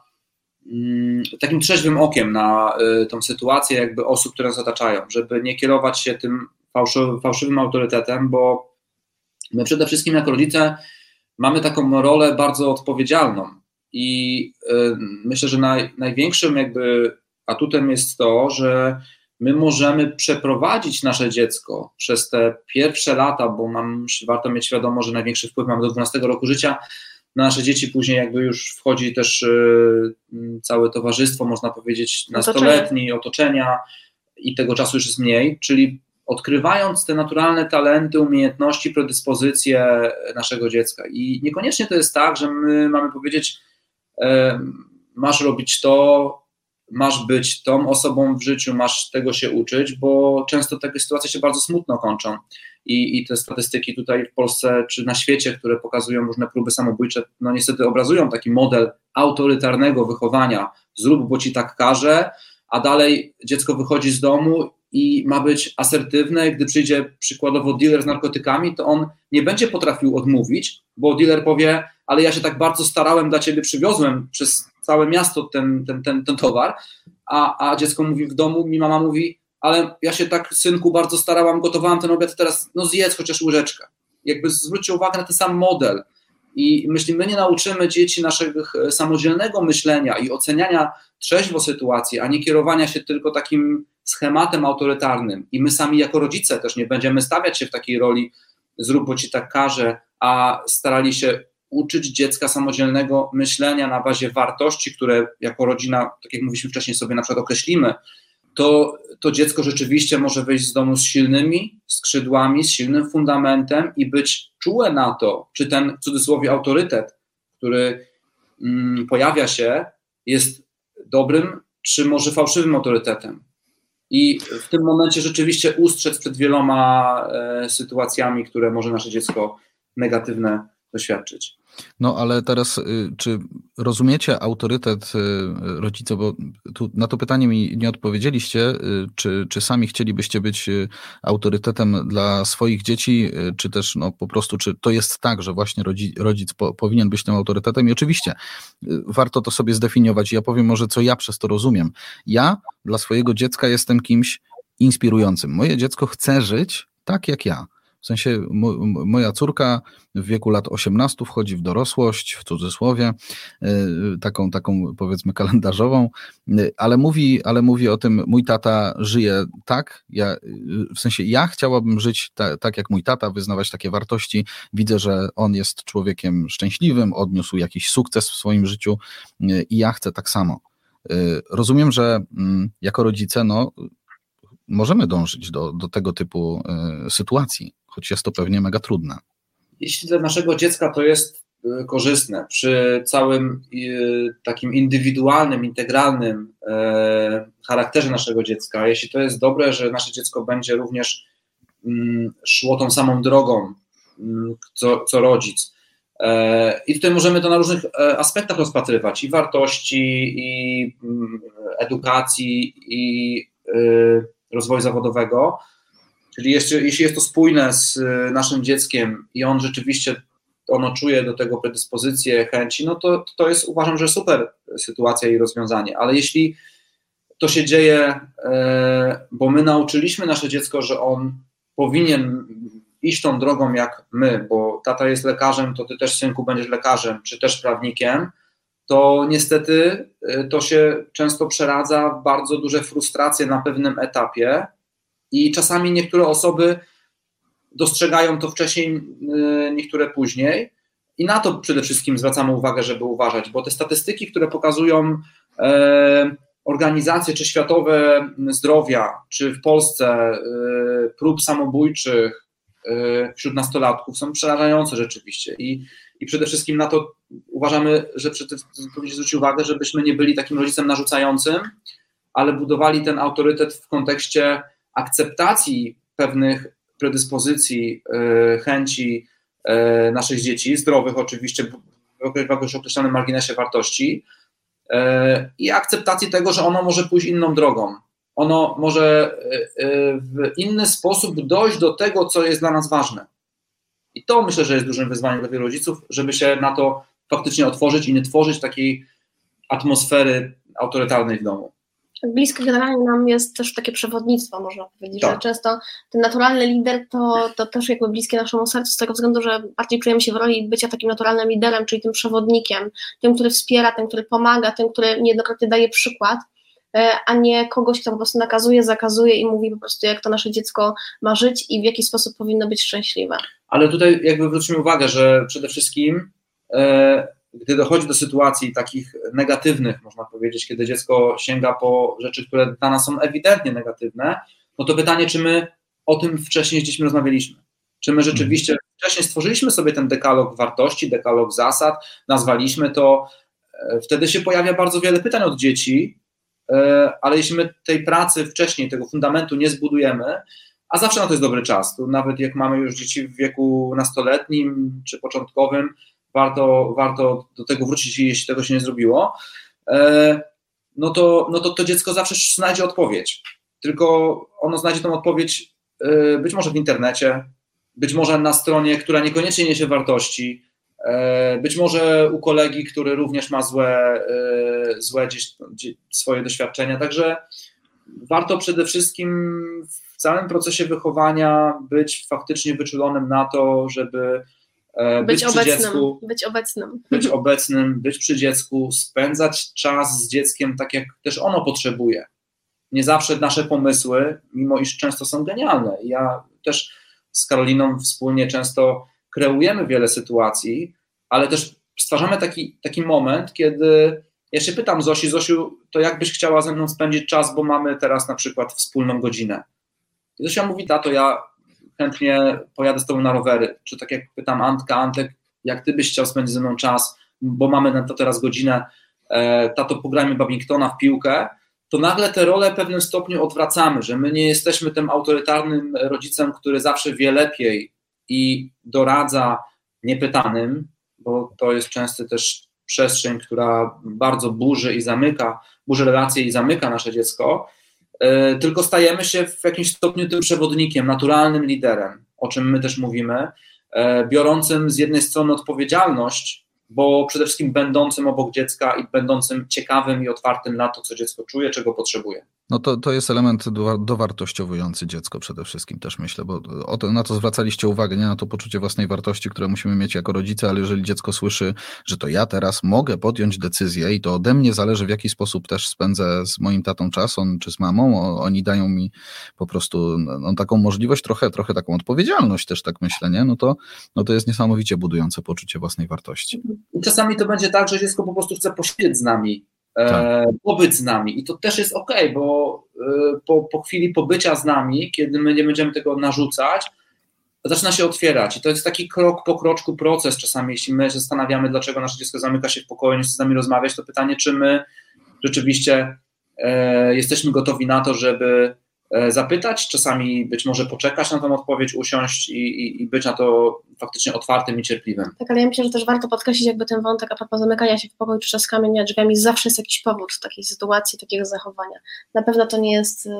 mm, takim trzeźwym okiem na y, tą sytuację jakby osób, które nas otaczają, żeby nie kierować się tym fałszyw, fałszywym autorytetem, bo my przede wszystkim jako rodzice mamy taką rolę bardzo odpowiedzialną i y, myślę, że naj, największym jakby atutem jest to, że my możemy przeprowadzić nasze dziecko przez te pierwsze lata, bo mam, warto mieć świadomość, że największy wpływ mamy do dwunastego roku życia na nasze dzieci, później jakby już wchodzi też y, całe towarzystwo, można powiedzieć, nastoletni, otoczenia i tego czasu już jest mniej, czyli odkrywając te naturalne talenty, umiejętności, predyspozycje naszego dziecka. I niekoniecznie to jest tak, że my mamy powiedzieć, y, masz robić to, masz być tą osobą w życiu, masz tego się uczyć, bo często takie sytuacje się bardzo smutno kończą. I, i te statystyki tutaj w Polsce czy na świecie, które pokazują różne próby samobójcze, no niestety obrazują taki model autorytarnego wychowania. Zrób, bo ci tak każe, a dalej dziecko wychodzi z domu i ma być asertywne, gdy przyjdzie przykładowo dealer z narkotykami, to on nie będzie potrafił odmówić, bo dealer powie, ale ja się tak bardzo starałem, dla ciebie przywiozłem przez całe miasto ten, ten, ten, ten towar, a, a dziecko mówi w domu, mi mama mówi, ale ja się tak, synku, bardzo starałam, gotowałam ten obiad, teraz no zjedz chociaż łyżeczkę. Jakby zwróćcie uwagę na ten sam model i jeśli my nie nauczymy dzieci naszego samodzielnego myślenia i oceniania trzeźwo sytuacji, a nie kierowania się tylko takim schematem autorytarnym i my sami jako rodzice też nie będziemy stawiać się w takiej roli zrób, bo ci tak każe, a starali się uczyć dziecka samodzielnego myślenia na bazie wartości, które jako rodzina, tak jak mówiliśmy wcześniej, sobie na przykład określimy, to, to dziecko rzeczywiście może wyjść z domu z silnymi skrzydłami, z silnym fundamentem i być czułe na to, czy ten w cudzysłowie autorytet, który mm, pojawia się, jest dobrym, czy może fałszywym autorytetem. I w tym momencie rzeczywiście ustrzec przed wieloma e, sytuacjami, które może nasze dziecko negatywne doświadczyć. No ale teraz, czy rozumiecie autorytet rodzica, bo tu na to pytanie mi nie odpowiedzieliście, czy, czy sami chcielibyście być autorytetem dla swoich dzieci, czy też no po prostu, czy to jest tak, że właśnie rodzic, rodzic po, powinien być tym autorytetem i oczywiście warto to sobie zdefiniować. Ja powiem może, co ja przez to rozumiem. Ja dla swojego dziecka jestem kimś inspirującym. Moje dziecko chce żyć tak jak ja. W sensie moja córka w wieku lat osiemnastu wchodzi w dorosłość, w cudzysłowie, taką, taką powiedzmy kalendarzową, ale mówi, ale mówi o tym, mój tata żyje tak, ja, w sensie ja chciałabym żyć ta, tak jak mój tata, wyznawać takie wartości, widzę, że on jest człowiekiem szczęśliwym, odniósł jakiś sukces w swoim życiu i ja chcę tak samo. Rozumiem, że jako rodzice, no, możemy dążyć do, do tego typu y, sytuacji, choć jest to pewnie mega trudne. Jeśli dla naszego dziecka to jest y, korzystne, przy całym y, takim indywidualnym, integralnym y, charakterze naszego dziecka, jeśli to jest dobre, że nasze dziecko będzie również y, szło tą samą drogą, y, co, co rodzic. Y, I tutaj możemy to na różnych y, aspektach rozpatrywać, i wartości, i y, edukacji, i y, rozwoju zawodowego, czyli jeszcze, jeśli jest to spójne z naszym dzieckiem i on rzeczywiście, ono czuje do tego predyspozycje, chęci, no to, to jest, uważam, że super sytuacja i rozwiązanie, ale jeśli to się dzieje, bo my nauczyliśmy nasze dziecko, że on powinien iść tą drogą jak my, bo tata jest lekarzem, to ty też, synku, będziesz lekarzem, czy też prawnikiem, to niestety to się często przeradza w bardzo duże frustracje na pewnym etapie i czasami niektóre osoby dostrzegają to wcześniej, niektóre później i na to przede wszystkim zwracamy uwagę, żeby uważać, bo te statystyki, które pokazują e, organizacje czy światowe zdrowia, czy w Polsce e, prób samobójczych e, wśród nastolatków są przerażające rzeczywiście i I przede wszystkim na to uważamy, że powinniśmy zwrócić uwagę, żebyśmy nie byli takim rodzicem narzucającym, ale budowali ten autorytet w kontekście akceptacji pewnych predyspozycji, chęci naszych dzieci, zdrowych oczywiście, w jakoś określonym marginesie wartości i akceptacji tego, że ono może pójść inną drogą. Ono może w inny sposób dojść do tego, co jest dla nas ważne. I to myślę, że jest dużym wyzwaniem dla wielu rodziców, żeby się na to faktycznie otworzyć i nie tworzyć takiej atmosfery autorytarnej w domu. Bliskie generalnie nam jest też takie przewodnictwo, można powiedzieć, tak. Że często ten naturalny lider to, to też jakby bliskie naszemu sercu z tego względu, że bardziej czujemy się w roli bycia takim naturalnym liderem, czyli tym przewodnikiem, tym, który wspiera, tym, który pomaga, tym, który niejednokrotnie daje przykład, a nie kogoś, kto po prostu nakazuje, zakazuje i mówi po prostu, jak to nasze dziecko ma żyć i w jaki sposób powinno być szczęśliwe. Ale tutaj jakby zwróćmy uwagę, że przede wszystkim e, gdy dochodzi do sytuacji takich negatywnych, można powiedzieć, kiedy dziecko sięga po rzeczy, które dla nas są ewidentnie negatywne, no to pytanie, czy my o tym wcześniej z dziećmi rozmawialiśmy. Czy my rzeczywiście wcześniej stworzyliśmy sobie ten dekalog wartości, dekalog zasad, nazwaliśmy to, e, wtedy się pojawia bardzo wiele pytań od dzieci, ale jeśli my tej pracy wcześniej, tego fundamentu nie zbudujemy, a zawsze na to jest dobry czas, to nawet jak mamy już dzieci w wieku nastoletnim czy początkowym, warto, warto do tego wrócić, jeśli tego się nie zrobiło, no to, no to to dziecko zawsze znajdzie odpowiedź. Tylko ono znajdzie tą odpowiedź być może w internecie, być może na stronie, która niekoniecznie niesie wartości, być może u kolegi, który również ma złe, złe gdzieś swoje doświadczenia. Także warto przede wszystkim w całym procesie wychowania być faktycznie wyczulonym na to, żeby być, być przy obecnym, dziecku, być obecnym. być obecnym, być przy dziecku, spędzać czas z dzieckiem tak, jak też ono potrzebuje. Nie zawsze nasze pomysły, mimo iż często są genialne. Ja też z Karoliną wspólnie często kreujemy wiele sytuacji, ale też stwarzamy taki, taki moment, kiedy ja się pytam Zosi, Zosiu, to jak byś chciała ze mną spędzić czas, bo mamy teraz na przykład wspólną godzinę. I Zosia mówi, tato, ja chętnie pojadę z tobą na rowery. Czy tak jak pytam Antka, Antek, jak ty byś chciał spędzić ze mną czas, bo mamy na to teraz godzinę, e, tato, pograjmy badmintona w piłkę, to nagle te role w pewnym stopniu odwracamy, że my nie jesteśmy tym autorytarnym rodzicem, który zawsze wie lepiej i doradza niepytanym, bo to jest często też przestrzeń, która bardzo burzy i zamyka, burzy relacje i zamyka nasze dziecko, yy, tylko stajemy się w jakimś stopniu tym przewodnikiem, naturalnym liderem, o czym my też mówimy, yy, biorącym z jednej strony odpowiedzialność, bo przede wszystkim będącym obok dziecka i będącym ciekawym i otwartym na to, co dziecko czuje, czego potrzebuje. No to, to jest element dowartościowujący dziecko przede wszystkim też myślę, bo o to, na to zwracaliście uwagę, nie na to poczucie własnej wartości, które musimy mieć jako rodzice, ale jeżeli dziecko słyszy, że to ja teraz mogę podjąć decyzję i to ode mnie zależy, w jaki sposób też spędzę z moim tatą czas, on czy z mamą, oni dają mi po prostu no, taką możliwość, trochę, trochę taką odpowiedzialność też tak myślę, nie? No to, no to jest niesamowicie budujące poczucie własnej wartości. I czasami to będzie tak, że dziecko po prostu chce posiedzieć z nami, tak. pobyć z nami i to też jest okej, okay, bo po, po chwili pobycia z nami, kiedy my nie będziemy tego narzucać, zaczyna się otwierać i to jest taki krok po kroczku proces czasami, jeśli my się zastanawiamy, dlaczego nasze dziecko zamyka się w pokoju, nie chce z nami rozmawiać, to pytanie, czy my rzeczywiście e, jesteśmy gotowi na to, żeby e, zapytać, czasami być może poczekać na tą odpowiedź, usiąść i, i, i być na to faktycznie otwartym i cierpliwym. Tak, ale ja myślę, że też warto podkreślić jakby ten wątek a propos zamykania się w pokoju czy trzaskania drzwiami, zawsze jest jakiś powód takiej sytuacji, takiego zachowania. Na pewno to nie jest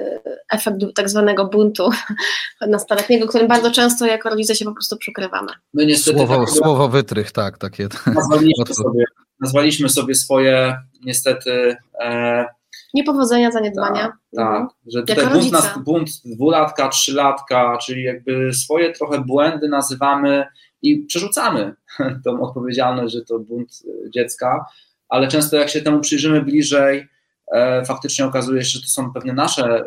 efekt tak zwanego buntu nastoletniego, którym bardzo często jako rodzice się po prostu przykrywamy. My niestety słowo, tak, słowo wytrych, tak, takie. Nazwaliśmy sobie, nazwaliśmy sobie swoje niestety e, niepowodzenia, zaniedbania. Tak, tak. Że tutaj bunt, nas, bunt dwulatka, trzylatka, czyli jakby swoje trochę błędy nazywamy i przerzucamy tą odpowiedzialność, że to bunt dziecka, ale często jak się temu przyjrzymy bliżej, e, faktycznie okazuje się, że to są pewne nasze e,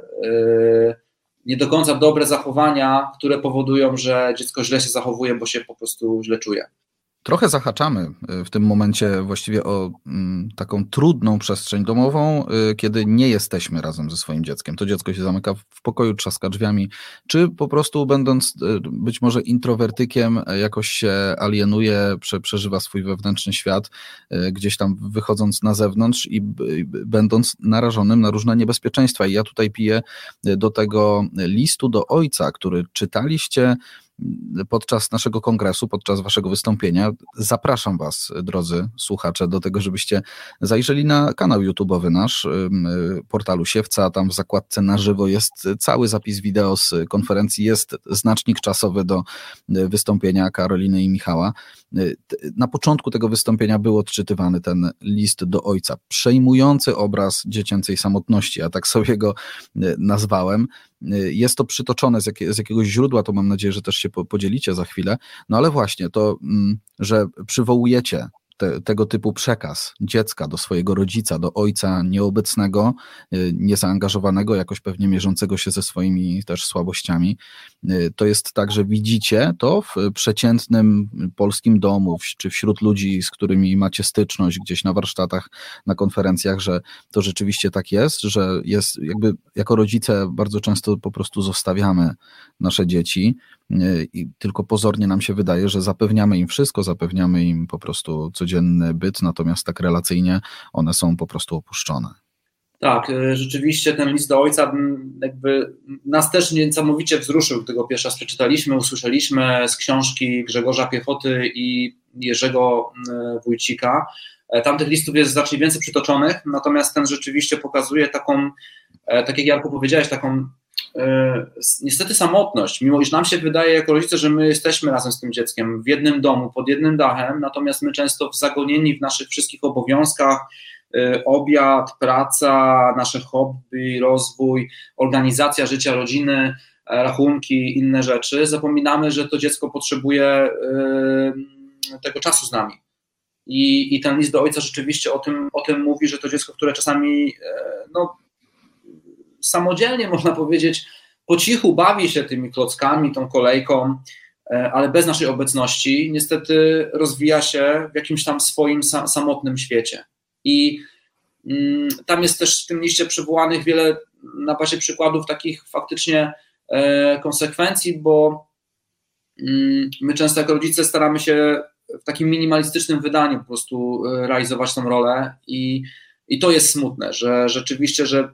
nie do końca dobre zachowania, które powodują, że dziecko źle się zachowuje, bo się po prostu źle czuje. Trochę zahaczamy w tym momencie właściwie o mm, taką trudną przestrzeń domową, y, kiedy nie jesteśmy razem ze swoim dzieckiem. To dziecko się zamyka w pokoju, trzaska drzwiami, czy po prostu będąc y, być może introwertykiem jakoś się alienuje, prze, przeżywa swój wewnętrzny świat, y, gdzieś tam wychodząc na zewnątrz i y, będąc narażonym na różne niebezpieczeństwa. I ja tutaj piję do tego listu do ojca, który czytaliście podczas naszego kongresu, podczas waszego wystąpienia. Zapraszam was, drodzy słuchacze, do tego, żebyście zajrzeli na kanał YouTube'owy nasz, portalu Siewca. Tam w zakładce na żywo jest cały zapis wideo z konferencji, jest znacznik czasowy do wystąpienia Karoliny i Michała. Na początku tego wystąpienia był odczytywany ten list do ojca. Przejmujący obraz dziecięcej samotności, ja tak sobie go nazwałem. Jest to przytoczone z, jakie, z jakiegoś źródła, to mam nadzieję, że też się podzielicie za chwilę. No ale właśnie to, że przywołujecie te, tego typu przekaz dziecka do swojego rodzica, do ojca nieobecnego, niezaangażowanego, jakoś pewnie mierzącego się ze swoimi też słabościami. To jest tak, że widzicie to w przeciętnym polskim domu, czy wśród ludzi, z którymi macie styczność gdzieś na warsztatach, na konferencjach, że to rzeczywiście tak jest, że jest jakby jako rodzice bardzo często po prostu zostawiamy nasze dzieci i tylko pozornie nam się wydaje, że zapewniamy im wszystko, zapewniamy im po prostu codzienny byt, natomiast tak relacyjnie one są po prostu opuszczone. Tak, rzeczywiście ten list do ojca jakby nas też niesamowicie wzruszył, gdy go pierwszy raz przeczytaliśmy, usłyszeliśmy z książki Grzegorza Piechoty i Jerzego Wójcika. Tamtych listów jest znacznie więcej przytoczonych, natomiast ten rzeczywiście pokazuje taką, tak jak Jarku powiedziałeś, taką niestety samotność, mimo iż nam się wydaje jako rodzice, że my jesteśmy razem z tym dzieckiem w jednym domu, pod jednym dachem, natomiast my często zagonieni w naszych wszystkich obowiązkach, obiad, praca, nasze hobby, rozwój, organizacja życia rodziny, rachunki, inne rzeczy, zapominamy, że to dziecko potrzebuje tego czasu z nami. I, i ten list do ojca rzeczywiście o tym, o tym mówi, że to dziecko, które czasami no, samodzielnie, można powiedzieć, po cichu bawi się tymi klockami, tą kolejką, ale bez naszej obecności, niestety rozwija się w jakimś tam swoim sam, samotnym świecie. I mm, tam jest też w tym liście przywołanych wiele na bazie przykładów takich faktycznie e, konsekwencji, bo mm, my często jako rodzice staramy się w takim minimalistycznym wydaniu po prostu realizować tą rolę i, i to jest smutne, że rzeczywiście, że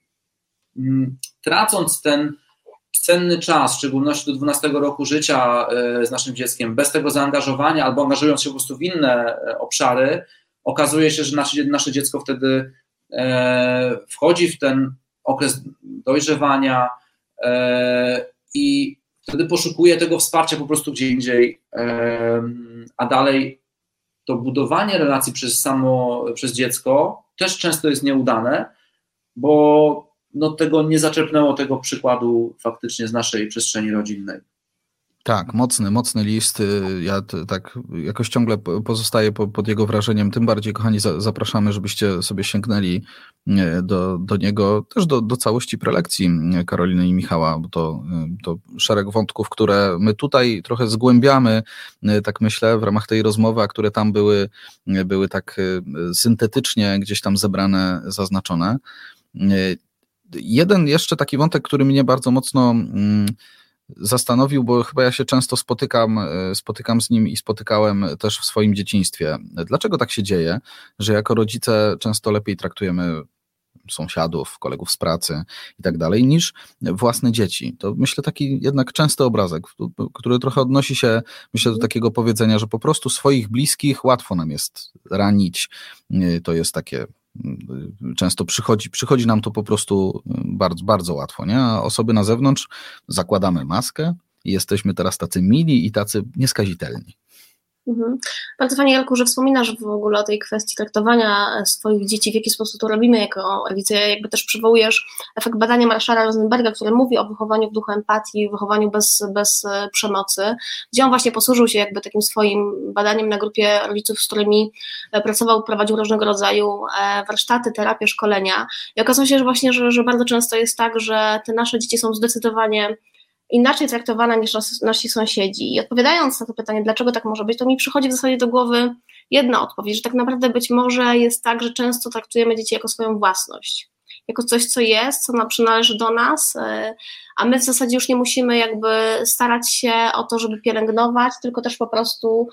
mm, tracąc ten cenny czas, w szczególności do dwunastego roku życia z naszym dzieckiem, bez tego zaangażowania albo angażując się po prostu w inne obszary, okazuje się, że nasze, nasze dziecko wtedy e, wchodzi w ten okres dojrzewania e, i wtedy poszukuje tego wsparcia po prostu gdzie indziej, e, a dalej to budowanie relacji przez samo, przez dziecko też często jest nieudane, bo no, tego nie zaczerpnęło tego przykładu faktycznie z naszej przestrzeni rodzinnej. Tak, mocny, mocny list. Ja t- tak jakoś ciągle pozostaję po, pod jego wrażeniem. Tym bardziej, kochani, za, zapraszamy, żebyście sobie sięgnęli do, do niego, też do, do całości prelekcji Karoliny i Michała, bo to, to szereg wątków, które my tutaj trochę zgłębiamy, tak myślę, w ramach tej rozmowy, a które tam były, były tak syntetycznie gdzieś tam zebrane, zaznaczone. Jeden jeszcze taki wątek, który mnie bardzo mocno zastanowił, bo chyba ja się często spotykam, spotykam z nim i spotykałem też w swoim dzieciństwie. Dlaczego tak się dzieje, że jako rodzice często lepiej traktujemy sąsiadów, kolegów z pracy i tak dalej, niż własne dzieci? To myślę taki jednak częsty obrazek, który trochę odnosi się, myślę, do takiego powiedzenia, że po prostu swoich bliskich łatwo nam jest ranić. To jest takie często przychodzi, przychodzi nam to po prostu bardzo, bardzo łatwo, nie? A osoby na zewnątrz zakładamy maskę i jesteśmy teraz tacy mili i tacy nieskazitelni. Mhm. Bardzo fajnie, Jarku, że wspominasz w ogóle o tej kwestii traktowania swoich dzieci, w jaki sposób to robimy jako rodzice. Jakby też przywołujesz efekt badania Marshalla Rosenberga, który mówi o wychowaniu w duchu empatii, wychowaniu bez, bez przemocy, gdzie on właśnie posłużył się jakby takim swoim badaniem na grupie rodziców, z którymi pracował, prowadził różnego rodzaju warsztaty, terapie, szkolenia i okazało się, że właśnie, że, że bardzo często jest tak, że te nasze dzieci są zdecydowanie inaczej traktowana niż nas, nasi sąsiedzi. I odpowiadając na to pytanie, dlaczego tak może być, to mi przychodzi w zasadzie do głowy jedna odpowiedź, że tak naprawdę być może jest tak, że często traktujemy dzieci jako swoją własność, jako coś, co jest, co nam przynależy do nas, a my w zasadzie już nie musimy jakby starać się o to, żeby pielęgnować, tylko też po prostu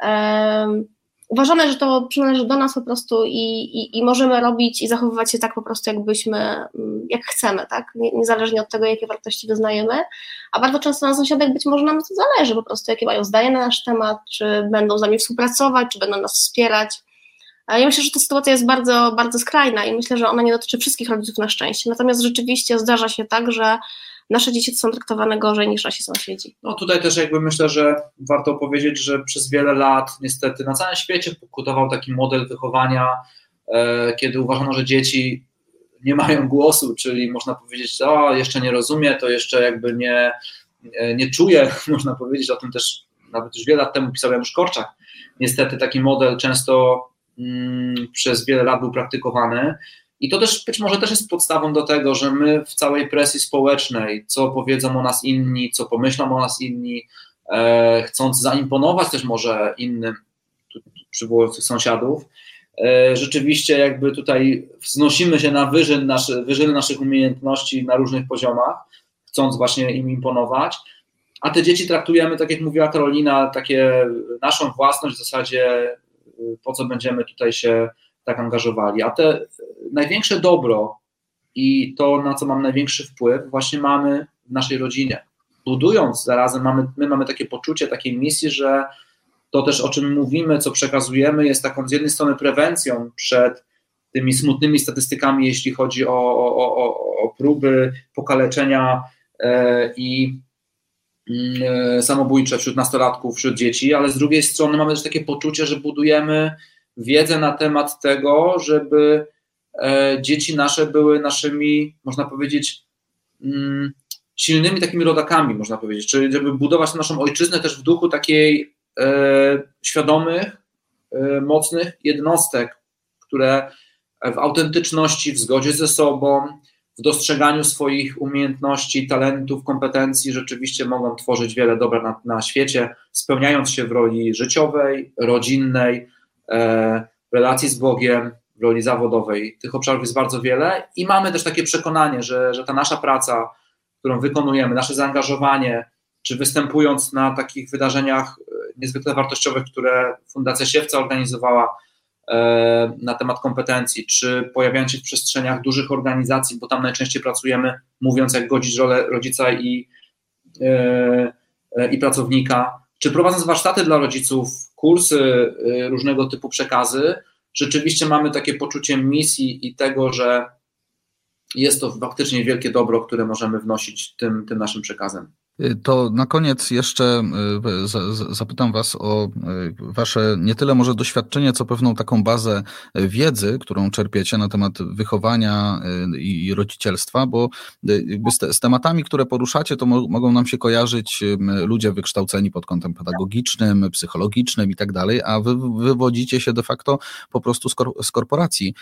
um, uważamy, że to przynależy do nas po prostu i, i, i możemy robić i zachowywać się tak po prostu, jakbyśmy, jak chcemy, tak? Niezależnie od tego, jakie wartości wyznajemy, a bardzo często na sąsiadach być może nam to zależy po prostu, jakie mają zdanie na nasz temat, czy będą z nami współpracować, czy będą nas wspierać. Ja myślę, że ta sytuacja jest bardzo, bardzo skrajna i myślę, że ona nie dotyczy wszystkich rodziców na szczęście, natomiast rzeczywiście zdarza się tak, że nasze dzieci są traktowane gorzej niż nasi sąsiedzi. No tutaj też jakby myślę, że warto powiedzieć, że przez wiele lat niestety na całym świecie pokutował taki model wychowania, e, kiedy uważano, że dzieci nie mają głosu, czyli można powiedzieć, o jeszcze nie rozumie, to jeszcze jakby nie, nie czuje, można powiedzieć, o tym też nawet już wiele lat temu pisał Janusz Korczak. Niestety taki model często mm, przez wiele lat był praktykowany. I to też być może też jest podstawą do tego, że my w całej presji społecznej, co powiedzą o nas inni, co pomyślą o nas inni, e, chcąc zaimponować też może innym, przywołujących sąsiadów, e, rzeczywiście jakby tutaj wznosimy się na wyżyn naszy, wyżyny naszych umiejętności na różnych poziomach, chcąc właśnie im imponować, a te dzieci traktujemy, tak jak mówiła Karolina, takie naszą własność w zasadzie, po co będziemy tutaj się tak angażowali, a te największe dobro i to, na co mam największy wpływ, właśnie mamy w naszej rodzinie. Budując zarazem, mamy, my mamy takie poczucie takiej misji, że to też, o czym mówimy, co przekazujemy, jest taką z jednej strony prewencją przed tymi smutnymi statystykami, jeśli chodzi o, o, o, o próby pokaleczenia e, i e, samobójcze wśród nastolatków, wśród dzieci, ale z drugiej strony mamy też takie poczucie, że budujemy wiedzę na temat tego, żeby e, dzieci nasze były naszymi, można powiedzieć, mm, silnymi takimi rodakami, można powiedzieć, czyli żeby budować naszą ojczyznę też w duchu takiej e, świadomych, e, mocnych jednostek, które w autentyczności, w zgodzie ze sobą, w dostrzeganiu swoich umiejętności, talentów, kompetencji rzeczywiście mogą tworzyć wiele dobra na, na świecie, spełniając się w roli życiowej, rodzinnej, e, relacji z Bogiem, w roli zawodowej. Tych obszarów jest bardzo wiele i mamy też takie przekonanie, że, że ta nasza praca, którą wykonujemy, nasze zaangażowanie, czy występując na takich wydarzeniach niezwykle wartościowych, które Fundacja Siewca organizowała e, na temat kompetencji, czy pojawiając się w przestrzeniach dużych organizacji, bo tam najczęściej pracujemy, mówiąc jak godzić rolę rodzica i, e, e, i pracownika, czy prowadząc warsztaty dla rodziców, kursy, e, różnego typu przekazy, rzeczywiście mamy takie poczucie misji i tego, że jest to faktycznie wielkie dobro, które możemy wnosić tym, tym naszym przekazem. To na koniec jeszcze zapytam Was o Wasze nie tyle może doświadczenie, co pewną taką bazę wiedzy, którą czerpiecie na temat wychowania i rodzicielstwa, bo jakby z, te, z tematami, które poruszacie, to mo, mogą nam się kojarzyć ludzie wykształceni pod kątem pedagogicznym, psychologicznym i tak dalej, a Wy wywodzicie się de facto po prostu z, kor, z korporacji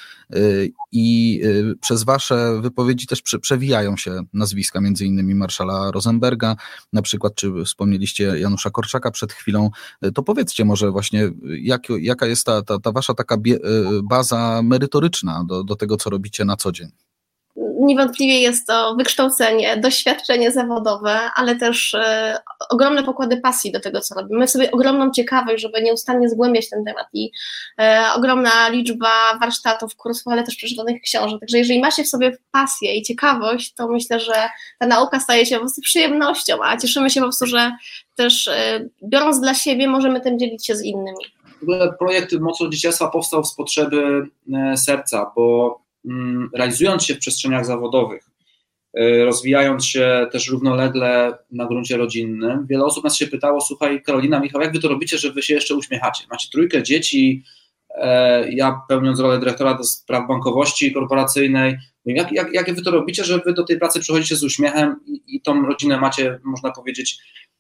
i przez Wasze wypowiedzi też prze, przewijają się nazwiska, między innymi marszala Rosenberga, na przykład, czy wspomnieliście Janusza Korczaka przed chwilą, to powiedzcie może właśnie, jak, jaka jest ta, ta, ta wasza taka baza merytoryczna do, do tego, co robicie na co dzień? Niewątpliwie jest to wykształcenie, doświadczenie zawodowe, ale też e, ogromne pokłady pasji do tego, co robimy. My sobie ogromną ciekawość, żeby nieustannie zgłębiać ten temat i e, ogromna liczba warsztatów, kursów, ale też przeczytanych książek. Także jeżeli ma się w sobie pasję i ciekawość, to myślę, że ta nauka staje się po prostu przyjemnością, a cieszymy się po prostu, że też e, biorąc dla siebie, możemy tym dzielić się z innymi. W ogóle projekt Moc Rodzicielstwa powstał z potrzeby e, serca, bo realizując się w przestrzeniach zawodowych, rozwijając się też równolegle na gruncie rodzinnym, wiele osób nas się pytało: słuchaj, Karolina, Michał, jak wy to robicie, że wy się jeszcze uśmiechacie? Macie trójkę dzieci, ja pełniąc rolę dyrektora do spraw bankowości korporacyjnej, jak, jak, jak wy to robicie, że wy do tej pracy przychodzicie z uśmiechem i, i tą rodzinę macie, można powiedzieć,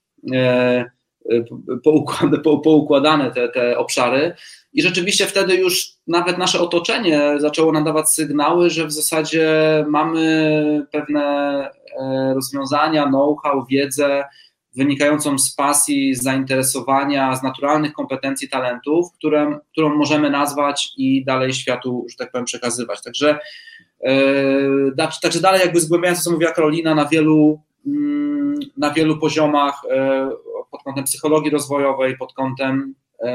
poukładane, poukładane te, te obszary. I rzeczywiście wtedy już nawet nasze otoczenie zaczęło nam dawać sygnały, że w zasadzie mamy pewne rozwiązania, know-how, wiedzę wynikającą z pasji, z zainteresowania, z naturalnych kompetencji, talentów, które, którą możemy nazwać i dalej światu, że tak powiem, przekazywać. Także, yy, także dalej jakby zgłębiając to, co mówiła Karolina, na wielu, yy, na wielu poziomach, yy, pod kątem psychologii rozwojowej, pod kątem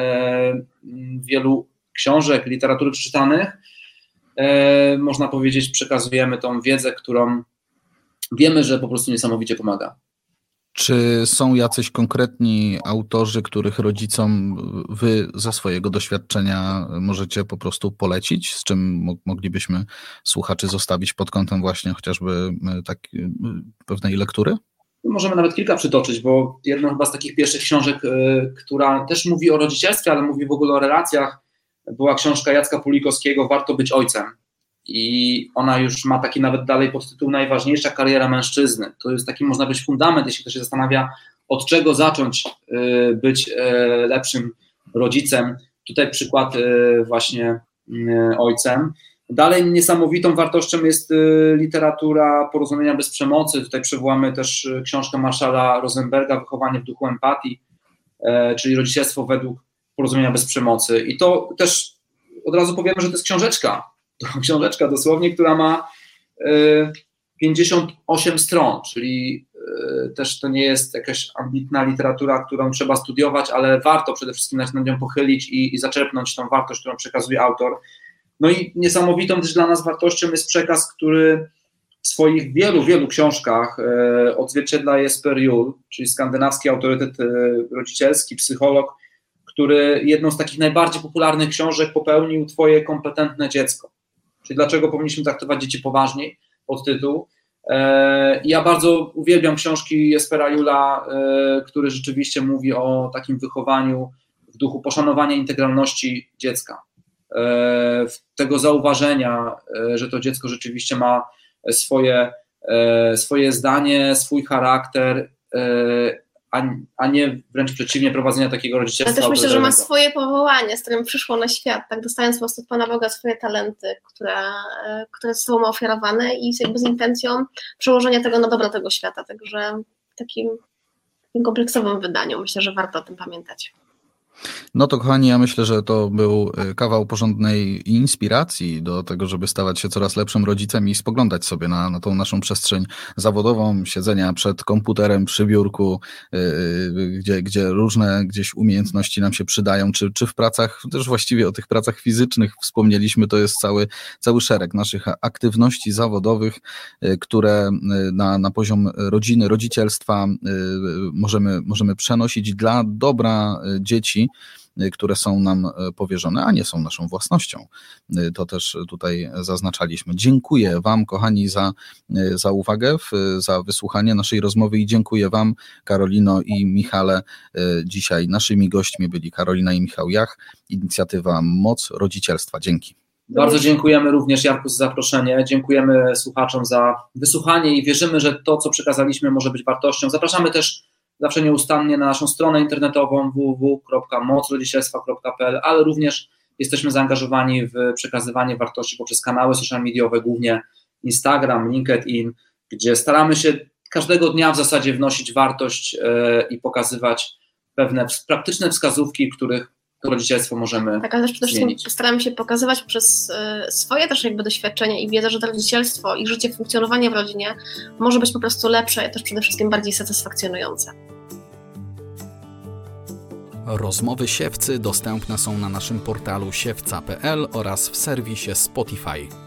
wielu książek, literatury przeczytanych, można powiedzieć, przekazujemy tą wiedzę, którą wiemy, że po prostu niesamowicie pomaga. Czy są jacyś konkretni autorzy, których rodzicom wy ze swojego doświadczenia możecie po prostu polecić, z czym moglibyśmy słuchaczy zostawić pod kątem właśnie chociażby tak, pewnej lektury? Możemy nawet kilka przytoczyć, bo jedną chyba z takich pierwszych książek, y, która też mówi o rodzicielstwie, ale mówi w ogóle o relacjach, była książka Jacka Pulikowskiego „Warto być ojcem”. I ona już ma taki nawet dalej podtytuł „Najważniejsza kariera mężczyzny”. To jest taki, można być, fundament, jeśli ktoś się zastanawia, od czego zacząć y, być y, lepszym rodzicem. Tutaj przykład y, właśnie y, ojcem. Dalej niesamowitą wartością jest literatura Porozumienia bez przemocy. Tutaj przywołamy też książkę marszala Rosenberga „Wychowanie w duchu empatii”, czyli rodzicielstwo według Porozumienia bez przemocy. I to też od razu powiemy, że to jest książeczka, to książeczka dosłownie, która ma pięćdziesiąt osiem stron, czyli też to nie jest jakaś ambitna literatura, którą trzeba studiować, ale warto przede wszystkim nad nią pochylić i, i zaczerpnąć tą wartość, którą przekazuje autor. No i niesamowitą też dla nas wartością jest przekaz, który w swoich wielu, wielu książkach e, odzwierciedla Jesper Juhl, czyli skandynawski autorytet e, rodzicielski, psycholog, który jedną z takich najbardziej popularnych książek popełnił Twoje kompetentne dziecko. Czyli dlaczego powinniśmy traktować dzieci poważniej, podtytuł. Ja bardzo uwielbiam książki Jespera Juhla, który rzeczywiście mówi o takim wychowaniu w duchu poszanowania integralności dziecka, tego zauważenia, że to dziecko rzeczywiście ma swoje, swoje zdanie, swój charakter, a nie wręcz przeciwnie, prowadzenia takiego rodzicielstwa. Ja też myślę, że ma swoje powołanie, z którym przyszło na świat, tak, dostając po prostu od Pana Boga swoje talenty, które, które zostały mu ofiarowane i jakby z intencją przełożenia tego na dobro tego świata, także w takim, takim kompleksowym wydaniu myślę, że warto o tym pamiętać. No to kochani, ja myślę, że to był kawał porządnej inspiracji do tego, żeby stawać się coraz lepszym rodzicem i spoglądać sobie na, na tą naszą przestrzeń zawodową, siedzenia przed komputerem przy biurku, yy, gdzie, gdzie różne gdzieś umiejętności nam się przydają, czy, czy w pracach, też właściwie o tych pracach fizycznych wspomnieliśmy, to jest cały, cały szereg naszych aktywności zawodowych, yy, które na, na poziom rodziny, rodzicielstwa yy, możemy, możemy przenosić dla dobra dzieci, które są nam powierzone, a nie są naszą własnością. To też tutaj zaznaczaliśmy. Dziękuję Wam, kochani, za, za uwagę, za wysłuchanie naszej rozmowy i dziękuję Wam, Karolino i Michale. Dzisiaj naszymi gośćmi byli Karolina i Michał Jach, inicjatywa Moc Rodzicielstwa. Dzięki. Bardzo dziękujemy również, Jarku, za zaproszenie. Dziękujemy słuchaczom za wysłuchanie i wierzymy, że to, co przekazaliśmy, może być wartością. Zapraszamy też zawsze nieustannie na naszą stronę internetową w w w kropka moc rodzicielstwa kropka p l, ale również jesteśmy zaangażowani w przekazywanie wartości poprzez kanały social mediowe, głównie Instagram, LinkedIn, gdzie staramy się każdego dnia w zasadzie wnosić wartość i pokazywać pewne praktyczne wskazówki, których to rodzicielstwo możemy Tak, ale też przede wszystkim zmienić. staramy się pokazywać przez swoje też jakby doświadczenia i wiedzę, że to rodzicielstwo i życie, funkcjonowanie w rodzinie może być po prostu lepsze i też przede wszystkim bardziej satysfakcjonujące. Rozmowy Siewcy dostępne są na naszym portalu siewca kropka p l oraz w serwisie Spotify.